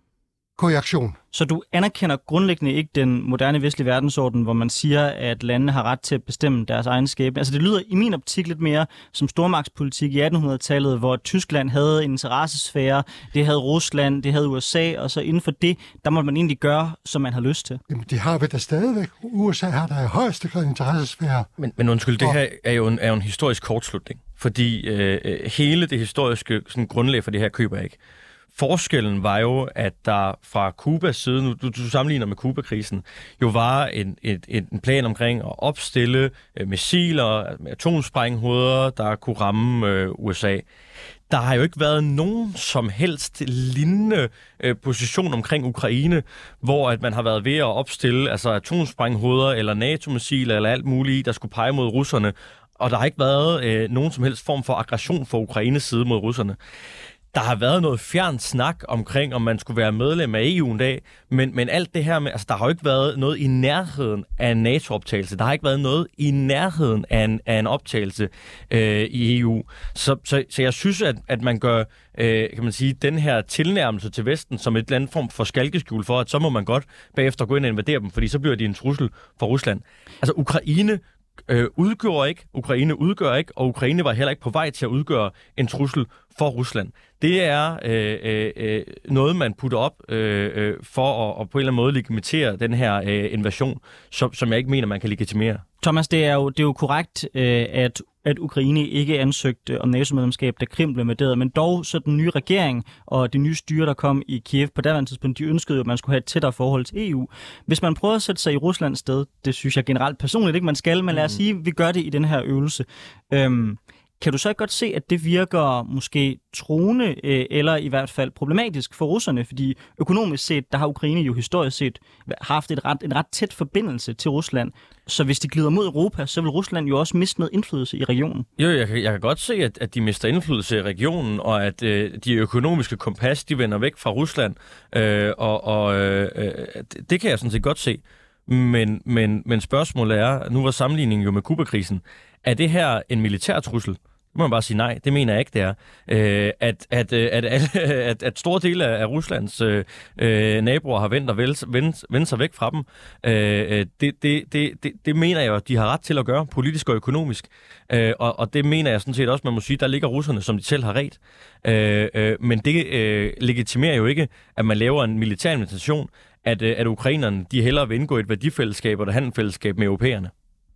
gå i aktion. Så du anerkender grundlæggende ikke den moderne vestlige verdensorden, hvor man siger, at landene har ret til at bestemme deres egen skæbne? Altså det lyder i min optik lidt mere som stormagtspolitik i 1800-tallet, hvor Tyskland havde en interessesfære, det havde Rusland, det havde USA, og så inden for det, der må man egentlig gøre, som man har lyst til. Jamen de har vel da stadigvæk. USA har der i højeste grad interessesfære. Men undskyld, det her er jo en historisk kortslutning, fordi hele det historiske sådan, grundlag for det her køber jeg ikke. Forskellen var jo, at der fra Kubas side, du sammenligner med Kubakrisen, jo var en plan omkring at opstille missiler, atomsprænghoveder, der kunne ramme USA. Der har jo ikke været nogen som helst lignende position omkring Ukraine, hvor at man har været ved at opstille altså atomsprænghoveder eller NATO-missiler eller alt muligt, der skulle pege mod russerne. Og der har ikke været nogen som helst form for aggression fra Ukraines side mod russerne. der har været noget fjern snak omkring, om man skulle være medlem af EU en dag, men alt det her med, altså der har jo ikke været noget i nærheden af en NATO-optagelse. Der har ikke været noget i nærheden af en optagelse i EU. Så jeg synes, at man gør, kan man sige, den her tilnærmelse til Vesten som et eller andet form for skalkeskjul for, at så må man godt bagefter gå ind og invadere dem, fordi så bliver de en trussel for Rusland. Altså Ukraine udgør ikke, og Ukraine var heller ikke på vej til at udgøre en trussel for Rusland. Det er noget, man putter op for at på en eller anden måde legitimere den her invasion, som jeg ikke mener, man kan legitimere. Thomas, det er jo korrekt, at Ukraine ikke ansøgte om NATO-medlemskab, da Krim blev invaderet, men dog så den nye regering og det nye styre, der kom i Kiev på daværende tidspunkt, de ønskede jo, at man skulle have et tættere forhold til EU. Hvis man prøver at sætte sig i Ruslands sted, det synes jeg generelt personligt ikke, man skal, men lad os sige, at vi gør det i den her øvelse. Kan du så ikke godt se, at det virker måske truende, eller i hvert fald problematisk for russerne? Fordi økonomisk set, der har Ukraine jo historisk set haft en ret tæt forbindelse til Rusland. Så hvis de glider mod Europa, så vil Rusland jo også miste noget indflydelse i regionen. Jo, jeg kan godt se, at de mister indflydelse i regionen, og at de økonomiske kompas, de vender væk fra Rusland. Det kan jeg sådan set godt se. Men spørgsmålet er, nu var sammenligningen jo med Kuba-krisen, er det her en militær trussel? Det må man bare sige nej. Det mener jeg ikke, det er. At store dele af Ruslands naboer har vendt sig væk fra dem, det mener jeg jo, at de har ret til at gøre, politisk og økonomisk. Og det mener jeg sådan set også, man må sige, der ligger russerne, som de selv har ret. Men det legitimerer jo ikke, at man laver en militær invitation, at ukrainerne, de hellere vil indgå et værdifællesskab og et handelsfællesskab med europæerne.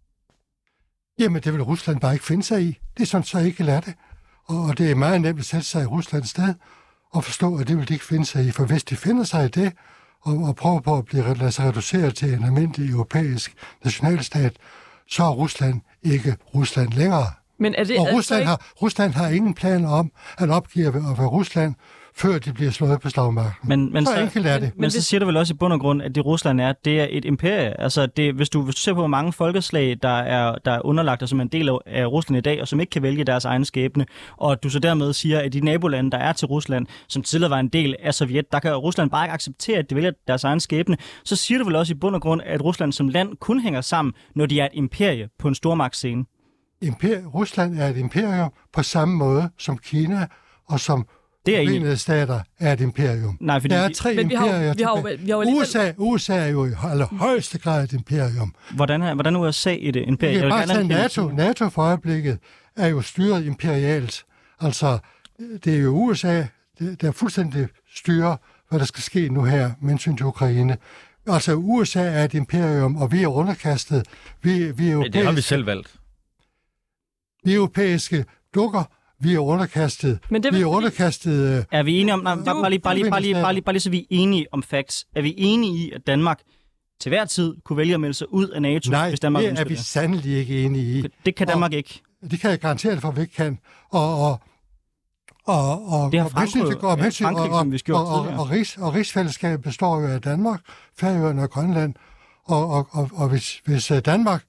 Jamen, det vil Rusland bare ikke finde sig i. Det er sådan, så ikke lader det. Og det er meget nemt at sætte sig i Ruslands sted og forstå, at det vil de ikke finde sig i. For hvis de finder sig i det, og prøver på at lade sig reducere til en almindelig europæisk nationalstat, så er Rusland ikke Rusland længere. Men er det, og Rusland har ingen planer om at opgive at være Rusland, før de bliver slået på slagmarken. Men så enkelt er det. Men så siger du vel også i bund og grund, at det Rusland er, det er et imperie. Altså hvis du ser på, hvor mange folkeslag, der er underlagt og som er en del af Rusland i dag, og som ikke kan vælge deres egen skæbne, og du så dermed siger, at de nabolande, der er til Rusland, som tidligere var en del af Sovjet, der kan Rusland bare ikke acceptere, at de vælger deres egen skæbne, så siger du vel også i bund og grund, at Rusland som land kun hænger sammen, når de er et imperie på en stormagtsscene. Rusland er et imperium på samme måde som Kina og som Forenede Stater er et imperium. Nej, fordi der er tre imperier. USA er jo i allerhøjeste grad et imperium. Hvordan er USA et imperium? Jeg vil bare tage NATO for øjeblikket er jo styret imperialt. Altså, det er jo USA, der fuldstændig styrer, hvad der skal ske nu her med hensyn til Ukraine. Altså, USA er et imperium, og vi er underkastet. Vi er det har vi selv valgt. Vi er europæiske dukker. Vi er underkastet. Er vi enige om... Bare lige så vi er enige om facts. Er vi enige i, at Danmark til hver tid kunne vælge at melde sig ud af NATO, hvis Danmark ønsker det? Nej, det er vi sandelig ikke enige i. Det kan Danmark ikke. Det kan jeg garantere for, at vi ikke kan. Og det har Frankrig, som vi gjorde tidligere. Og rigsfællesskabet består jo af Danmark, Færøerne og Grønland. Og hvis Danmark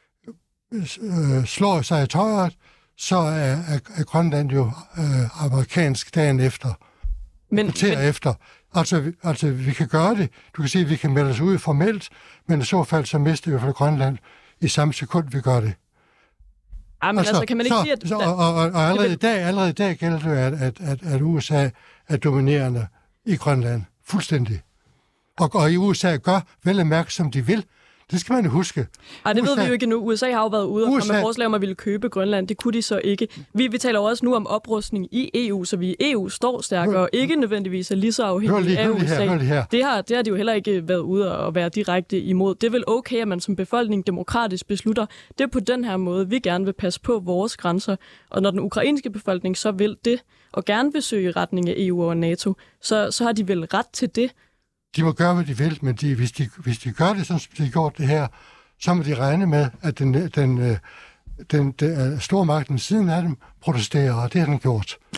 slår sig i tøjet, så er Grønland jo amerikansk dagen efter. Efter. Altså, vi kan gøre det. Du kan sige, at vi kan melde os ud formelt, men i så fald så mister vi fra Grønland i samme sekund, vi gør det. Altså, kan man ikke sige, at... Og allerede i dag gælder det, at USA er dominerende i Grønland. Fuldstændig. Og i USA gør vel at mærke, som de vil. Det skal man jo huske. Ej, det ved vi jo ikke endnu. USA har jo været ude og komme med forslag om at ville købe Grønland. Det kunne de så ikke. Vi taler jo også nu om oprustning i EU, så vi i EU står stærkere og ikke nødvendigvis er lige så afhængige af USA. Det har de jo heller ikke været ude og være direkte imod. Det er vel okay, at man som befolkning demokratisk beslutter, det er på den her måde, vi gerne vil passe på vores grænser. Og når den ukrainske befolkning så vil det, og gerne vil søge i retning af EU og NATO, så har de vel ret til det. De må gøre, hvad de vil, men hvis de gør det, som de har gjort det her, så må de regne med, at den stormagten siden af dem protesterer, og det har den gjort.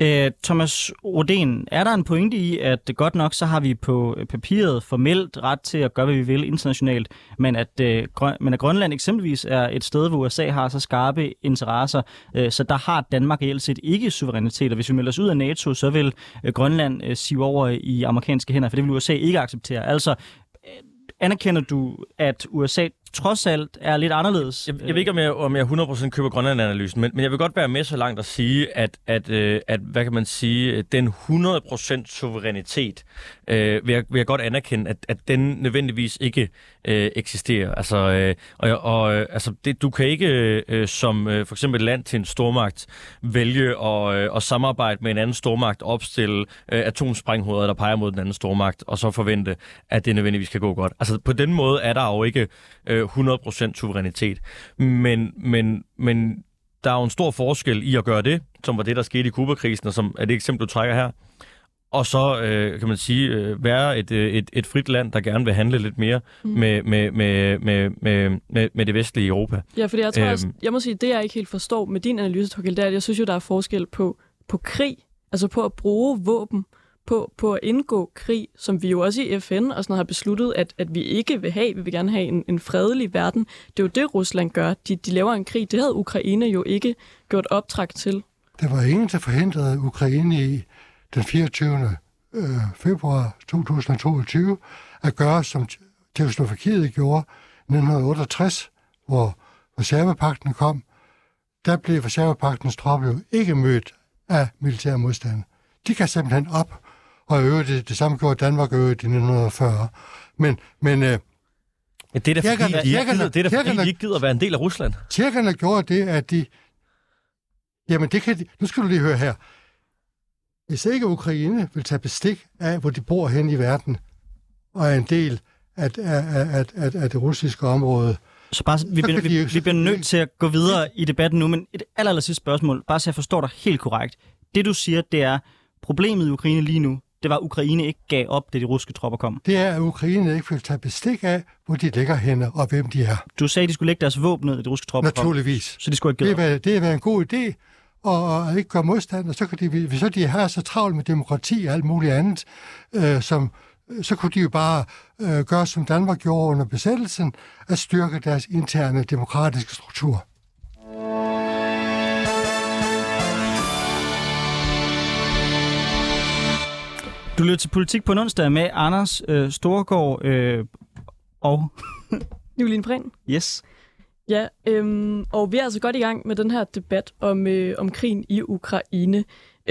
Thomas Rodén, er der en pointe i, at godt nok så har vi på papiret formelt ret til at gøre, hvad vi vil internationalt, men at Grønland eksempelvis er et sted, hvor USA har så skarpe interesser, så der har Danmark reelt set ikke suverænitet, og hvis vi melder os ud af NATO, så vil Grønland sive over i amerikanske hænder, for det vil USA ikke acceptere. Altså, anerkender du, at USA trods alt er lidt anderledes? Jeg ved ikke, om jeg 100% køber Grønland-analysen, men jeg vil godt være med så langt at sige, at hvad kan man sige, den 100% suverænitet, vil jeg godt anerkende, at den nødvendigvis ikke eksisterer. Altså, du kan ikke som for eksempel land til en stormagt vælge at samarbejde med en anden stormagt, opstille atomsprænghoveder, der peger mod den anden stormagt, og så forvente, at det nødvendigvis kan gå godt. Altså, på den måde er der jo ikke 100% suverænitet. Men der er jo en stor forskel i at gøre det, som var det, der skete i Cuba-krisen, og som er det eksempel, du trækker her. Og så, kan man sige, være et frit land, der gerne vil handle lidt mere med det vestlige Europa. Ja, fordi jeg tror også, jeg må sige, det jeg ikke helt forstår med din analyse, Torkild, det er, at jeg synes jo, der er forskel på krig, altså på at bruge våben, på at indgå krig, som vi jo også i FN og sådan noget har besluttet, at vi ikke vil have. Vi vil gerne have en fredelig verden. Det er jo det, Rusland gør. De laver en krig. Det havde Ukraine jo ikke gjort optræk til. Der var ingen, der forhindrede Ukraine i den 24. februar 2022 at gøre, som Tjekkoslovakiet gjorde i 1968, hvor Warszawapagten kom. Der blev Warszawapagtens tropper jo ikke mødt af militær modstand. De kan simpelthen op og øve det samme gjorde Danmark øve i 1940. Men det er da fordi, de ikke gider at være en del af Rusland. Tjekkerne gjorde det, at de... Jamen, det kan de... Nu skal du lige høre her. Hvis ikke Ukraine vil tage bestik af, hvor de bor hen i verden, og er en del af det russiske område... Så bare, vi bliver nødt til at gå videre i debatten nu, men et aller sidste spørgsmål, bare så jeg forstår dig helt korrekt. Det, du siger, det er, problemet i Ukraine lige nu, det var, at Ukraine ikke gav op, da de russiske tropper kom. Det er, at Ukraine ikke vil tage bestik af, hvor de ligger henne, og hvem de er. Du sagde, at de skulle lægge deres våben ned, da de russiske tropper kom. Naturligvis. Så de skulle ikke give op. Det er en god idé, og ikke gøre modstand, og så kan hvis de har så travlt med demokrati og alt muligt andet, så kunne de jo bare gøre, som Danmark gjorde under besættelsen, at styrke deres interne demokratiske struktur. Du lytter til Politik på en onsdag med Anders Storgård og... Nikoline Prehn. Yes. Ja, og vi er altså godt i gang med den her debat om krigen i Ukraine.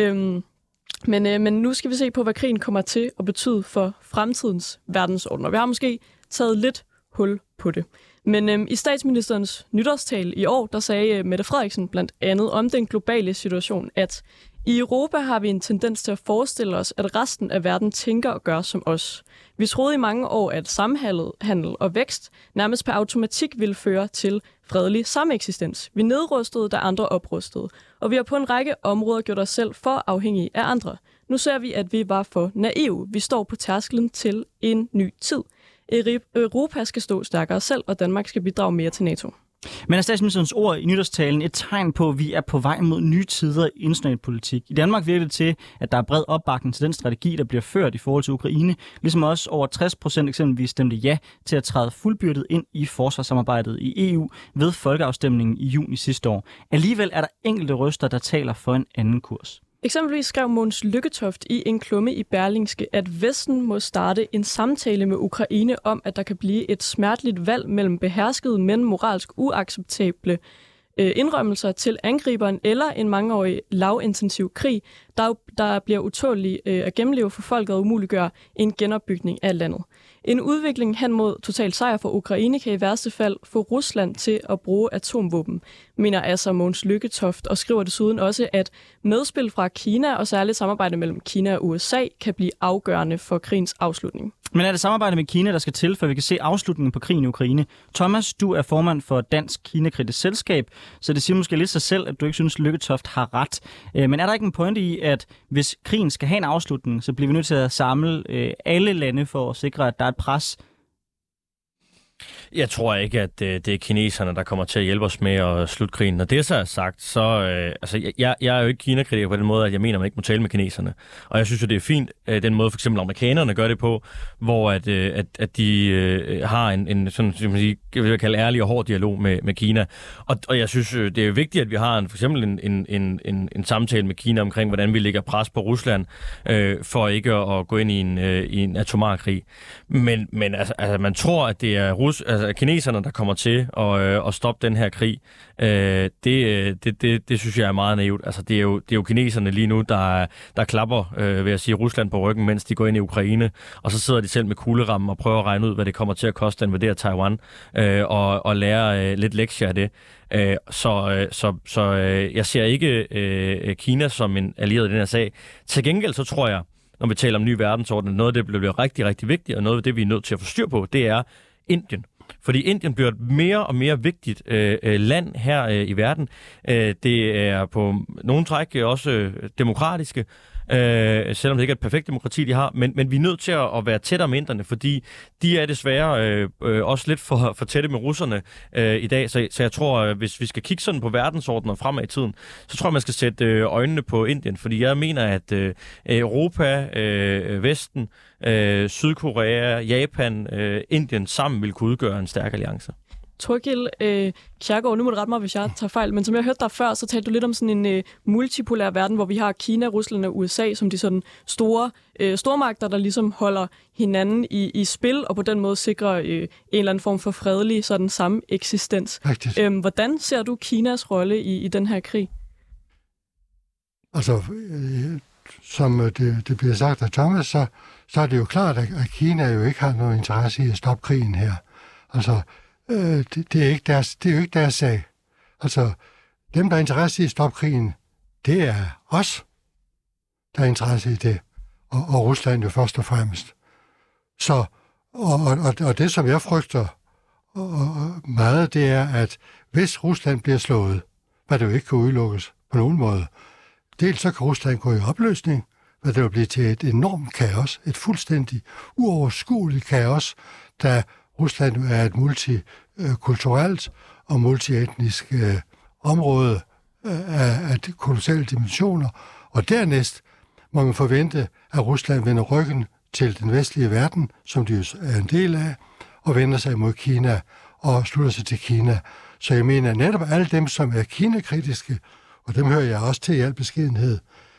Men nu skal vi se på, hvad krigen kommer til at betyde for fremtidens verdensorden. Og vi har måske taget lidt hul på det. Men i statsministerens nytårstale i år, der sagde Mette Frederiksen blandt andet om den globale situation, at i Europa har vi en tendens til at forestille os, at resten af verden tænker og gør som os. Vi troede i mange år, at samhandel og vækst nærmest per automatik ville føre til fredelig sameksistens. Vi nedrustede, da andre oprustede. Og vi har på en række områder gjort os selv for afhængige af andre. Nu ser vi, at vi var for naive. Vi står på tærsklen til en ny tid. Europa skal stå stærkere selv, og Danmark skal bidrage mere til NATO. Men er statsministerens ord i nytårstalen et tegn på, at vi er på vej mod nye tider i international politik? I Danmark virker det til, at der er bred opbakning til den strategi, der bliver ført i forhold til Ukraine, ligesom også over 60% eksempelvis stemte ja til at træde fuldbyrdet ind i forsvarssamarbejdet i EU ved folkeafstemningen i juni sidste år. Alligevel er der enkelte røster, der taler for en anden kurs. Eksempelvis skrev Mogens Lykketoft i en klumme i Berlingske, at Vesten må starte en samtale med Ukraine om, at der kan blive et smerteligt valg mellem beherskede, men moralsk uacceptable indrømmelser til angriberen eller en mangeårig lavintensiv krig, der bliver utålig at gennemleve for folket og umuliggør en genopbygning af landet. En udvikling hen mod total sejr for Ukraine kan i værste fald få Rusland til at bruge atomvåben, mener altså Mogens Lykketoft, og skriver desuden også, at medspil fra Kina og særligt samarbejde mellem Kina og USA kan blive afgørende for krigens afslutning. Men er det samarbejde med Kina, der skal til, for vi kan se afslutningen på krigen i Ukraine? Thomas, du er formand for Dansk Kina-kritisk Selskab, så det siger måske lidt sig selv, at du ikke synes, Lykketoft har ret. Men er der ikke en pointe i, at hvis krigen skal have en afslutning, så bliver vi nødt til at samle alle lande for at sikre, at der er et pres? Jeg tror ikke, at det er kineserne, der kommer til at hjælpe os med at slutte krigen. Når det så er sagt, så... jeg er jo ikke Kina-kritiker på den måde, at jeg mener, at man ikke må tale med kineserne. Og jeg synes jo, det er fint, den måde for eksempel amerikanerne gør det på, hvor at de har en sådan, som man sige, jeg vil kalde ærlig og hård dialog med Kina. Og jeg synes, det er vigtigt, at vi har for eksempel en samtale med Kina omkring, hvordan vi lægger pres på Rusland, for ikke at gå ind i en atomarkrig. Men altså, man tror, at det er kineserne, der kommer til at stoppe den her krig. Det synes jeg er meget naivt. Altså, det er jo kineserne lige nu, der klapper, ved at sige, Rusland på ryggen, mens de går ind i Ukraine, og så sidder de selv med kuglerammen og prøver at regne ud, hvad det kommer til at koste at invadere Taiwan, og lære lidt lektier af det. Så jeg ser ikke Kina som en allieret i den her sag. Til gengæld så tror jeg, når vi taler om ny verdensorden, noget af det bliver rigtig, rigtig vigtigt, og noget af det, vi er nødt til at få styr på, det er Indien. Fordi Indien bliver et mere og mere vigtigt land her i verden. Det er på nogle træk også demokratiske, selvom det ikke er et perfekt demokrati, de har. Men vi er nødt til at være tættere med inderne, fordi de er desværre også lidt for tætte med russerne i dag. Så jeg tror, hvis vi skal kigge sådan på verdensordenen fremad i tiden, så tror jeg, man skal sætte øjnene på Indien. Fordi jeg mener, at Europa, Vesten, Sydkorea, Japan, Indien sammen vil kunne udgøre en stærk alliance. Torkild Kjærgaard, nu må du rette mig, hvis jeg tager fejl, men som jeg hørte dig før, så talte du lidt om sådan en multipolær verden, hvor vi har Kina, Rusland og USA som de sådan store stormagter, der ligesom holder hinanden i spil, og på den måde sikrer en eller anden form for fredelig sådan samme eksistens. Hvordan ser du Kinas rolle i den her krig? Altså, som det bliver sagt af Thomas, så er det jo klart, at Kina jo ikke har nogen interesse i at stoppe krigen her. Altså, det er jo ikke deres sag. Altså, dem, der er interesse i at stoppe krigen, det er os, der er interesse i det. Og Rusland jo først og fremmest. Så, og det, som jeg frygter meget, det er, at hvis Rusland bliver slået, hvad det jo ikke kan udelukkes på nogen måde, dels så kan Rusland gå i opløsning, hvad det vil blive til et enormt kaos, et fuldstændig uoverskueligt kaos, da Rusland er et multikulturelt og multietnisk område af kolossale dimensioner. Og dernæst må man forvente, at Rusland vender ryggen til den vestlige verden, som de er en del af, og vender sig mod Kina og slutter sig til Kina. Så jeg mener, netop alle dem, som er Kina-kritiske, og dem hører jeg også til i al beskedenhed,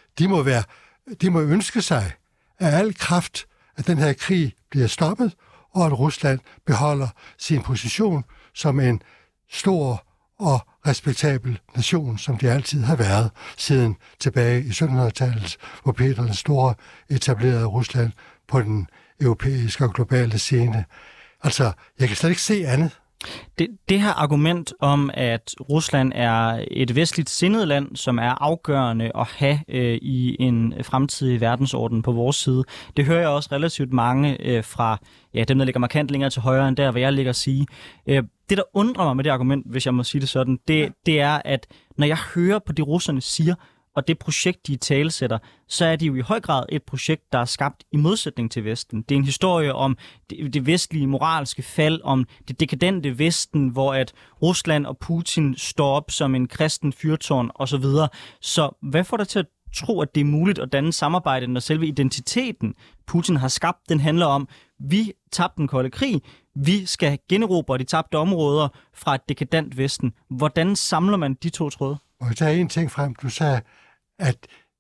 de må ønske sig af al kraft, at den her krig bliver stoppet, og at Rusland beholder sin position som en stor og respektabel nation, som de altid har været siden tilbage i 1700-tallet, hvor Peter den Store etablerede Rusland på den europæiske og globale scene. Altså, jeg kan slet ikke se andet. Det her argument om, at Rusland er et vestligt sindet land, som er afgørende at have i en fremtidig verdensorden på vores side, det hører jeg også relativt mange fra dem, der ligger markant længere til højre end der, hvor jeg ligger at sige. Det, der undrer mig med det argument, hvis jeg må sige det sådan, det er, at når jeg hører på det, russerne siger, og det projekt, de italesætter, så er det jo i høj grad et projekt, der er skabt i modsætning til Vesten. Det er en historie om det vestlige moralske fald, om det dekadente Vesten, hvor at Rusland og Putin står op som en kristen fyrtårn osv. Så hvad får dig til at tro, at det er muligt at danne samarbejde, når selve identiteten, Putin har skabt, den handler om, vi tabte den kolde krig, vi skal generobre de tabte områder fra et dekadent Vesten. Hvordan samler man de to tråde? Og jeg tager en ting frem. Du sagde, at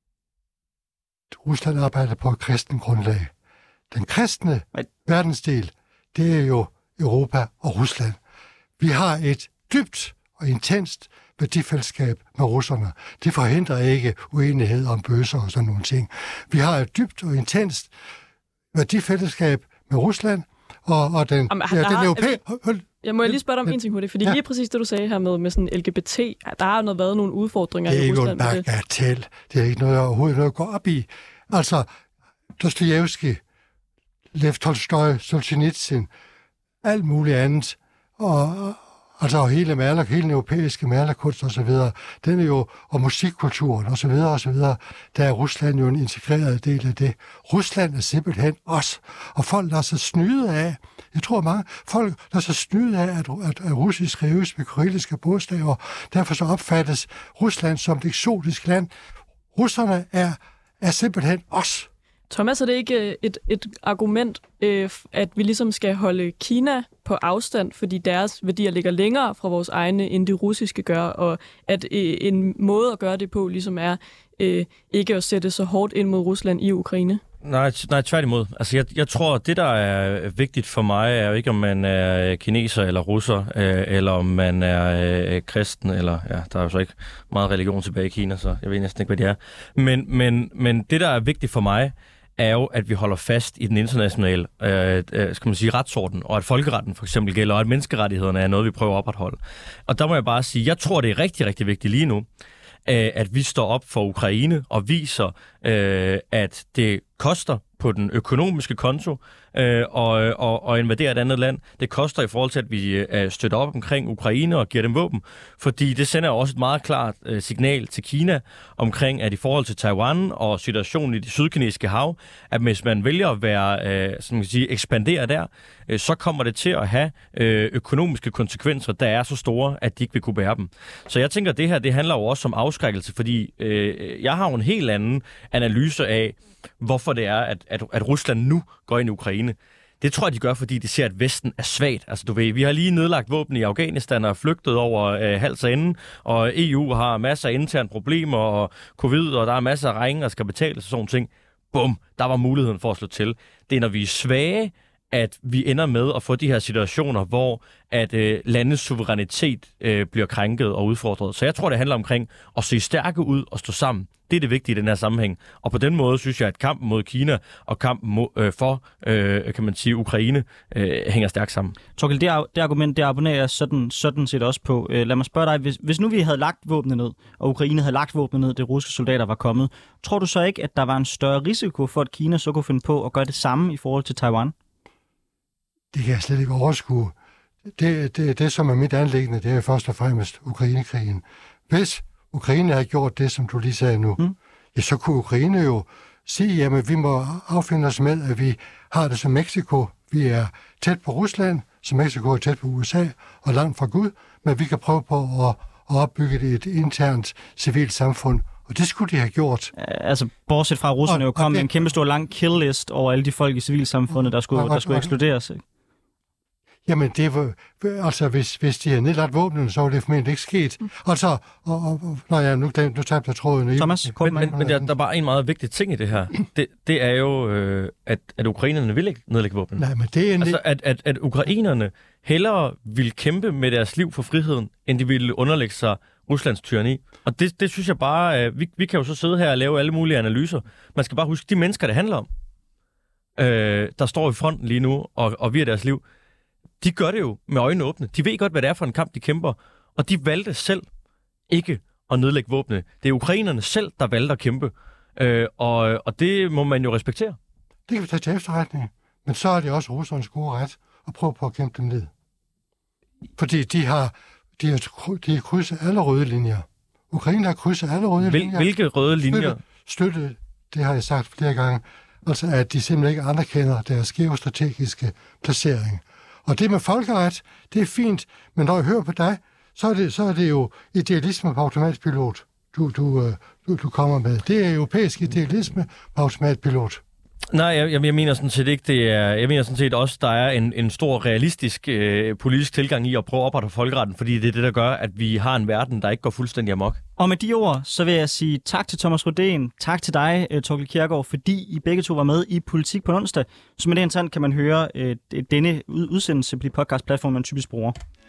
Rusland arbejder på et kristen grundlag. Den kristne verdensdel, det er jo Europa og Rusland. Vi har et dybt og intenst værdifællesskab med russerne. Det forhindrer ikke uenighed om bøsser og sådan nogle ting. Vi har et dybt og intenst værdifællesskab med Rusland, og den europæiske... Jeg må lige spørge dig om en ting hurtigt, fordi lige præcis det, du sagde her med sådan LGBT, der har været nogle udfordringer i Rusland. Det er jo en bagatel. Det er ikke noget, jeg overhovedet noget at gå op i. Altså, Dostojevskij, Lev Tolstoj, Solzhenitsyn, alt muligt andet, og Altså hele den europæiske malerkunst osv., den er jo, og musikkulturen osv., der er Rusland jo en integreret del af det. Rusland er simpelthen os, og folk lader sig snyde af, jeg tror mange folk lader sig snyde af, at russisk skrives med kyrilliske bogstaver. Derfor så opfattes Rusland som et eksotisk land. Russerne er simpelthen os. Thomas, er det ikke et argument, at vi ligesom skal holde Kina på afstand, fordi deres værdier ligger længere fra vores egne, end det russiske gør, og at en måde at gøre det på ligesom er ikke at sætte så hårdt ind mod Rusland i Ukraine? Nej, tværtimod. Altså, jeg tror, det, der er vigtigt for mig, er jo ikke, om man er kineser eller russer, eller om man er kristen, eller ja, der er jo så ikke meget religion tilbage i Kina, så jeg ved næsten ikke, hvad det er. Men det, der er vigtigt for mig, er jo, at vi holder fast i den internationale skal man sige, retsorden, og at folkeretten for eksempel gælder, og at menneskerettighederne er noget, vi prøver at opretholde. Og der må jeg bare sige, jeg tror, det er rigtig, rigtig vigtigt lige nu, at vi står op for Ukraine og viser, at det koster på den økonomiske konto og invadere et andet land. Det koster i forhold til, at vi støtter op omkring Ukraine og giver dem våben, fordi det sender også et meget klart signal til Kina omkring, at i forhold til Taiwan og situationen i det sydkinesiske hav, at hvis man vælger at være, som man kan sige, ekspandere der, så kommer det til at have økonomiske konsekvenser, der er så store, at de ikke vil kunne bære dem. Så jeg tænker, at det her, det handler jo også om afskrækkelse, fordi jeg har jo en helt anden analyse af, hvorfor det er, at Rusland nu går ind i Ukraine. Det tror jeg, de gør, fordi de ser, at Vesten er svagt. Altså, du ved, vi har lige nedlagt våben i Afghanistan og flygtet over hals og ende, og EU har masser af interne problemer, og covid, og der er masser af regninger, der skal betales og sådan ting. Bum, der var muligheden for at slå til. Det er, når vi er svage, at vi ender med at få de her situationer, hvor at landets suverænitet bliver krænket og udfordret. Så jeg tror, det handler omkring at se stærke ud og stå sammen. Det er det vigtige i den her sammenhæng. Og på den måde synes jeg, at kampen mod Kina og kampen for, kan man sige, Ukraine hænger stærkt sammen. Thorkild, det argument, det abonnerer jeg sådan set også på. Lad mig spørge dig, hvis nu vi havde lagt våbnet ned, og Ukraine havde lagt våbnet ned, det russiske soldater var kommet, tror du så ikke, at der var en større risiko for, at Kina så kunne finde på at gøre det samme i forhold til Taiwan? Det kan jeg slet ikke overskue. Det som er mit anliggende, det er først og fremmest Ukrainekrigen. Hvis Ukraine havde gjort det, som du lige sagde nu, ja, så kunne Ukraine jo sige, jamen vi må affinde os med, at vi har det som Mexico. Vi er tæt på Rusland, så Mexico er tæt på USA og langt fra Gud, men vi kan prøve på at opbygge et internt civilt samfund. Og det skulle de have gjort. Altså, bortset fra, at russerne jo kom med en kæmpe stor lang kill-list over alle de folk i civilsamfundet, der skulle ekskluderes. Jamen, det var, altså, hvis de havde nedlagt våbnene, så var det formentlig ikke sket. Altså, nu tabte jeg tråden. Thomas, men der er bare en meget vigtig ting i det her. Det er jo, at ukrainerne vil ikke nedlægge våbnene. Nej, men det er altså, at ukrainerne hellere vil kæmpe med deres liv for friheden, end de ville underlægge sig Ruslands tyranni. Og det synes jeg bare, vi kan jo så sidde her og lave alle mulige analyser. Man skal bare huske, de mennesker, det handler om, der står i fronten lige nu og virer deres liv, de gør det jo med øjnene åbne. De ved godt, hvad det er for en kamp, de kæmper. Og de valgte selv ikke at nedlægge våbne. Det er ukrainerne selv, der valgte at kæmpe. Og det må man jo respektere. Det kan vi tage til efterretning. Men så er det også russernes gode ret at prøve på at kæmpe dem ned. Fordi de har krydset alle røde linjer. Ukraine har krydset alle røde linjer. Hvilke røde linjer? Støtte, det har jeg sagt flere gange. Altså, at de simpelthen ikke anerkender deres geostrategiske placering. Og det med folkeret, det er fint, men når jeg hører på dig, så er det jo idealisme på automatpilot, du kommer med. Det er europæisk idealisme på automatpilot. Nej, jeg mener sådan set ikke, det er. Jeg mener sådan set også, der er en stor realistisk politisk tilgang i at prøve at opretholde folkeretten, fordi det er det, der gør, at vi har en verden, der ikke går fuldstændig amok. Og med de ord, så vil jeg sige tak til Thomas Rødén, tak til dig, Thorkild Kjærgaard, fordi I begge to var med i Politik på onsdag. Så med det indsat kan man høre denne udsendelse på de podcastplatforme, man typisk bruger.